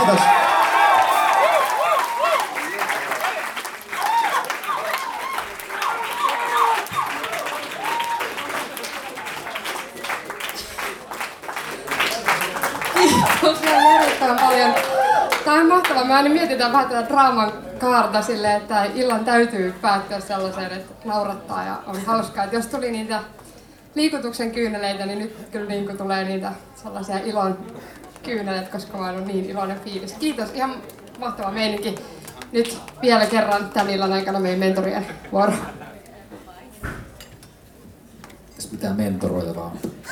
Kiitos. Kiitos ihan järjettävän paljon. Tää on mahtavaa. Me aina mietitään vähän tätä draaman kaarta silleen, että illan täytyy päättyä sellaiseen, että naurattaa ja on hauskaa. Että jos tuli niitä liikutuksen kyyneleitä, niin nyt kyllä niin kuin tulee niitä sellaisia ilon kyyneleitä, koska mä oon niin iloinen fiilis. Kiitos, ihan mahtava meininki. Nyt vielä kerran tämän illan aikana meidän mentorien vuoro. Tässä pitää mentoroitavaa.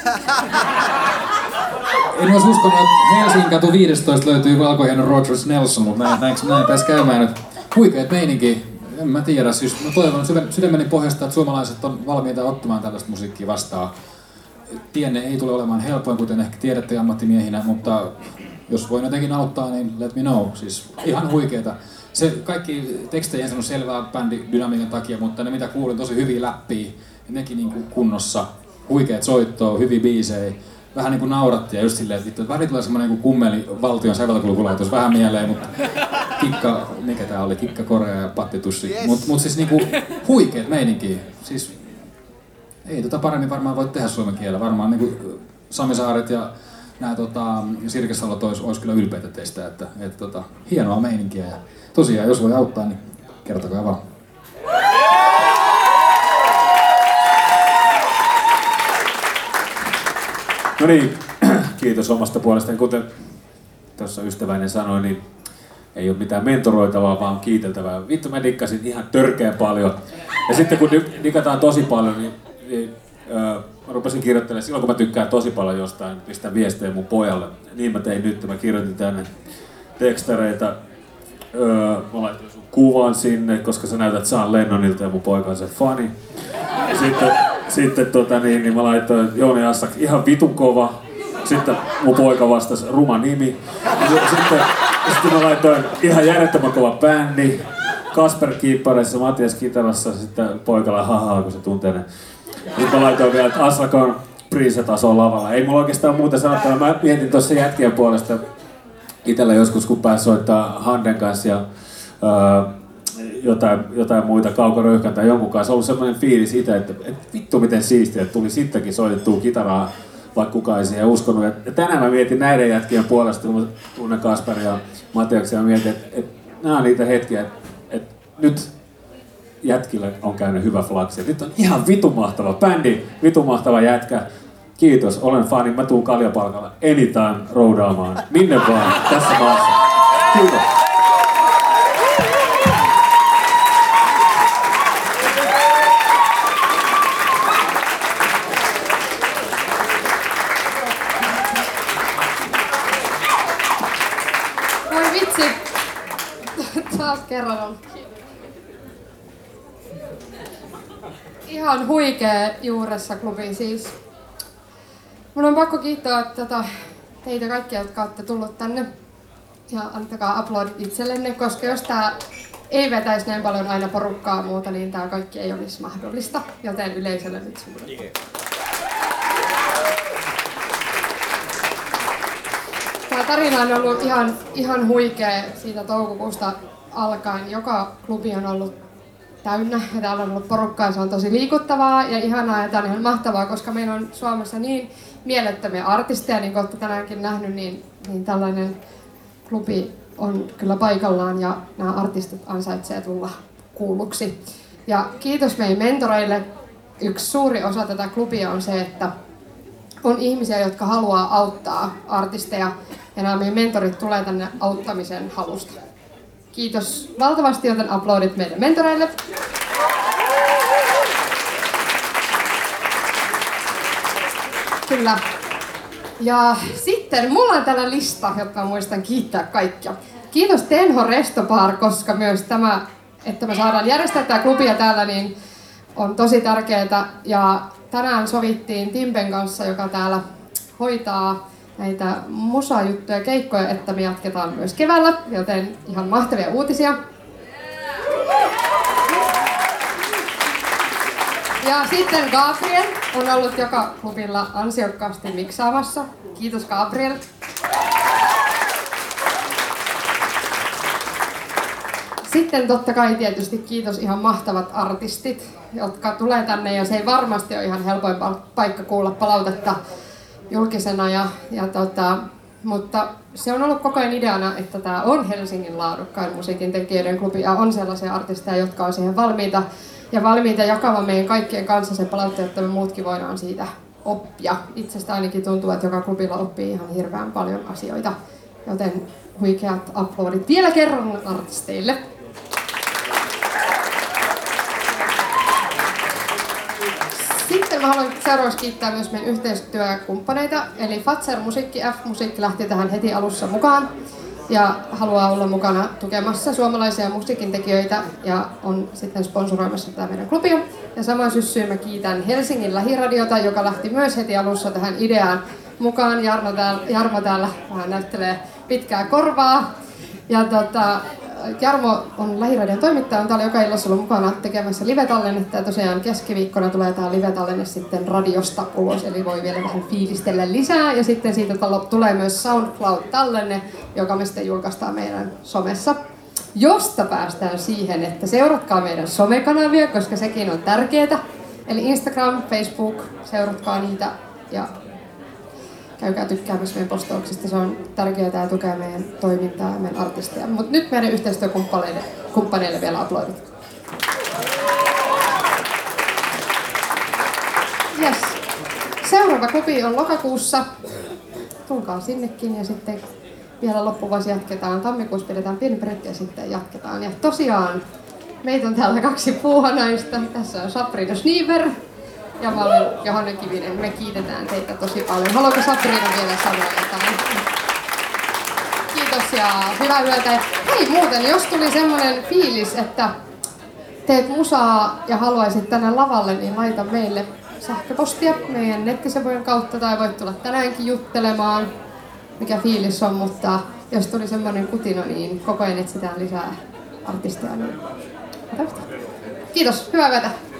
En olisi uskonut, että Helsingin katu viisitoista löytyy valkohieno Rogers Nelson, mutta näin, näin, näin pääsi käymään nyt. Huikeet meininki. En mä tiedä, siis mä toivon sydämeni pohjasta, että suomalaiset on valmiita ottamaan tällaista musiikkia vastaan. Tienne ei tule olemaan helpoin, kuten ehkä tiedätte ammattimiehinä, mutta jos voin jotenkin auttaa, niin let me know. Siis ihan huikeeta. Se kaikki tekstejä en sano selvää bändidynamiikan takia, mutta ne mitä kuulin tosi hyviä läppiä, nekin niin kuin kunnossa. Huikeet soittoa, hyviä biisejä. Vähän niinku nauratti ja just silleen, että vittu, väli tulee semmonen niinku kummeli valtion säveltäkulkulaitos vähän mieleen, mutta kikka, mikä tää oli, kikka Korea ja pattitussi. Yes. Mut, mut siis niinku huikeet meininkiä. Siis ei tota paremmin varmaan voi tehdä suomen kielellä. Varmaan niinku Sami Saaret ja nää tota, Sirkessalot ois, ois kyllä ylpeitä teistä, että, että tota, hienoa meininkiä. Ja tosiaan, jos voi auttaa, niin kertokaa vaan. No niin, kiitos omasta puolestani. Kuten tuossa ystäväinen sanoi, niin ei ole mitään mentoroitavaa, vaan kiiteltävää. Vittu, mä dikkasin ihan törkeän paljon. Ja sitten kun dikataan tosi paljon, niin, niin äh, mä rupesin kirjoittelemaan. Silloin kun mä tykkään tosi paljon jostain, pistän viestejä mun pojalle. Niin mä tein nyt, mä kirjoitin tänne tekstareita. Äh, mä laitoin sun kuvan sinne, koska sä näytät Sean Lennonilta ja mun poika on se fani. Ja sitten Sitten tota niin, niin mä laitoin Jouni Assak ihan vitun kova. Sitten mun poika vastasi ruma nimi. Ja sitten, sitten mä laitoin ihan järjettömän kova bändi. Kasper kiippareissa, Matias kitarassa, sitten poikalla hahaa, kun se tuntee ne. Sitten mä laitoin vielä, että Assak on Prince-tason lavalla. Ei mulla oikeastaan muuta sanottavaa. Mä mietin tuossa jätkien puolesta itellä joskus, kun pääsi soittaa Handen kanssa ja öö, Jotain, jotain muita Kaukoröyhkän tai jonkun kanssa. On ollut semmoinen fiilis itse, että, että vittu miten siistiä, että tuli sittenkin soitettua kitaraa, vaikka kukaan ei siihen uskonut. Ja tänään mä mietin näiden jätkien puolesta, kun mä tunnen Kasperia ja Matiaksia, ja mietin, että, että nämä on niitä hetkiä, että, että nyt jätkillä on käynyt hyvä flaksi. Ja nyt on ihan vitun mahtava bändi, vitun mahtava jätkä. Kiitos, olen fani, mä tuun Kaljapalkalla anytime roudaamaan, minne vaan tässä maassa. Kiitos. Taas kerran on ihan huikea Juuressa klubi siis. Mun on pakko kiittää tätä teitä kaikkia, jotka olette tullut tänne. Ja antakaa aplodit itsellenne, koska jos tää ei vetäisi näin paljon aina porukkaa muuta, niin tää kaikki ei olisi mahdollista. Joten yleisölle nyt suuret. Tämä tarina on ollut ihan, ihan huikea siitä toukokuusta alkaen. Joka klubi on ollut täynnä ja täällä on ollut porukkaa. Se on tosi liikuttavaa ja ihanaa ja tämä on ihan mahtavaa, koska meillä on Suomessa niin mielettömiä artisteja, niin kuin olette tänäänkin nähnyt, niin, niin tällainen klubi on kyllä paikallaan ja nämä artistit ansaitsee tulla kuulluksi. Ja kiitos meidän mentoreille. Yksi suuri osa tätä klubia on se, että on ihmisiä, jotka haluaa auttaa artisteja ja nämä meidän mentorit tulee tänne auttamisen halusta. Kiitos valtavasti, joten aplodit meille mentoreille. Kyllä. Ja sitten mulla on täällä lista, jotta mä muistan kiittää kaikkia. Kiitos Tenho Restobar, koska myös tämä, että me saadaan järjestää tämä klubia täällä, niin on tosi tärkeää. Ja tänään sovittiin Timpen kanssa, joka täällä hoitaa näitä musajuttuja, keikkoja, että me jatketaan myös keväällä, joten ihan mahtavia uutisia. Ja sitten Gabriel on ollut joka klubilla ansiokkaasti miksaamassa. Kiitos Gabriel. Sitten totta kai tietysti kiitos ihan mahtavat artistit, jotka tulee tänne ja se ei varmasti ole ihan helpoin paikka kuulla palautetta julkisena. Ja, ja tota, mutta se on ollut koko ajan ideana, että tämä on Helsingin laadukkain musiikin tekijöiden klubi ja on sellaisia artisteja, jotka on siihen valmiita ja valmiita jakamaan meidän kaikkien kanssa sen palautteen, että me muutkin voidaan siitä oppia. Itsestä ainakin tuntuu, että joka klubilla oppii ihan hirveän paljon asioita, joten huikeat aplodit vielä kerran artisteille. Sitten mä haluan seuraavaksi kiittää myös meidän yhteistyökumppaneita, eli Fatser Musiikki, F-musiikki lähti tähän heti alussa mukaan ja haluaa olla mukana tukemassa suomalaisia musiikintekijöitä ja on sitten sponsoroimassa tätä meidän klubia. Ja samaan syssyyn mä kiitän Helsingin Lähiradiota, joka lähti myös heti alussa tähän ideaan mukaan. Jarmo täällä, Jarmo täällä vähän näyttelee pitkää korvaa. Ja tota, Jarmo on Lähiradion toimittaja, on täällä joka illassa ollut mukana tekemässä live-tallennetta ja tosiaan keskiviikkona tulee tää live-tallenne sitten radiosta ulos, eli voi vielä vähän fiilistellä lisää ja sitten siitä tulee myös SoundCloud-tallenne, joka me sitten julkaistaan meidän somessa, josta päästään siihen, että seuratkaa meidän somekanavia, koska sekin on tärkeää, eli Instagram, Facebook, seuratkaa niitä ja käykää tykkäämässä meidän postauksista, se on tärkeää ja tukee meidän toimintaa ja meidän artisteja. Mutta nyt meidän yhteistyökumppaneille vielä aplodit. Yes. Seuraava klubi on lokakuussa. Tulkaa sinnekin ja sitten vielä loppuvuosi jatketaan. Tammikuussa pidetään pieni break ja sitten jatketaan. Ja tosiaan meitä on täällä kaksi puuhanaista. Tässä on Sabrina Schnieber ja mä olen Johanna Kivinen. Me kiitetään teitä tosi paljon. Haluatko Sabrina vielä sanoa jotain? Kiitos ja hyvää yötä. Hei muuten, jos tuli semmonen fiilis, että teet musaa ja haluaisit tänne lavalle, niin laita meille sähköpostia meidän nettisivujen kautta tai voit tulla tänäänkin juttelemaan, mikä fiilis on, mutta jos tuli semmonen kutina, niin koko ajan etsitään lisää artisteja. Niin... Kiitos, hyvää yötä.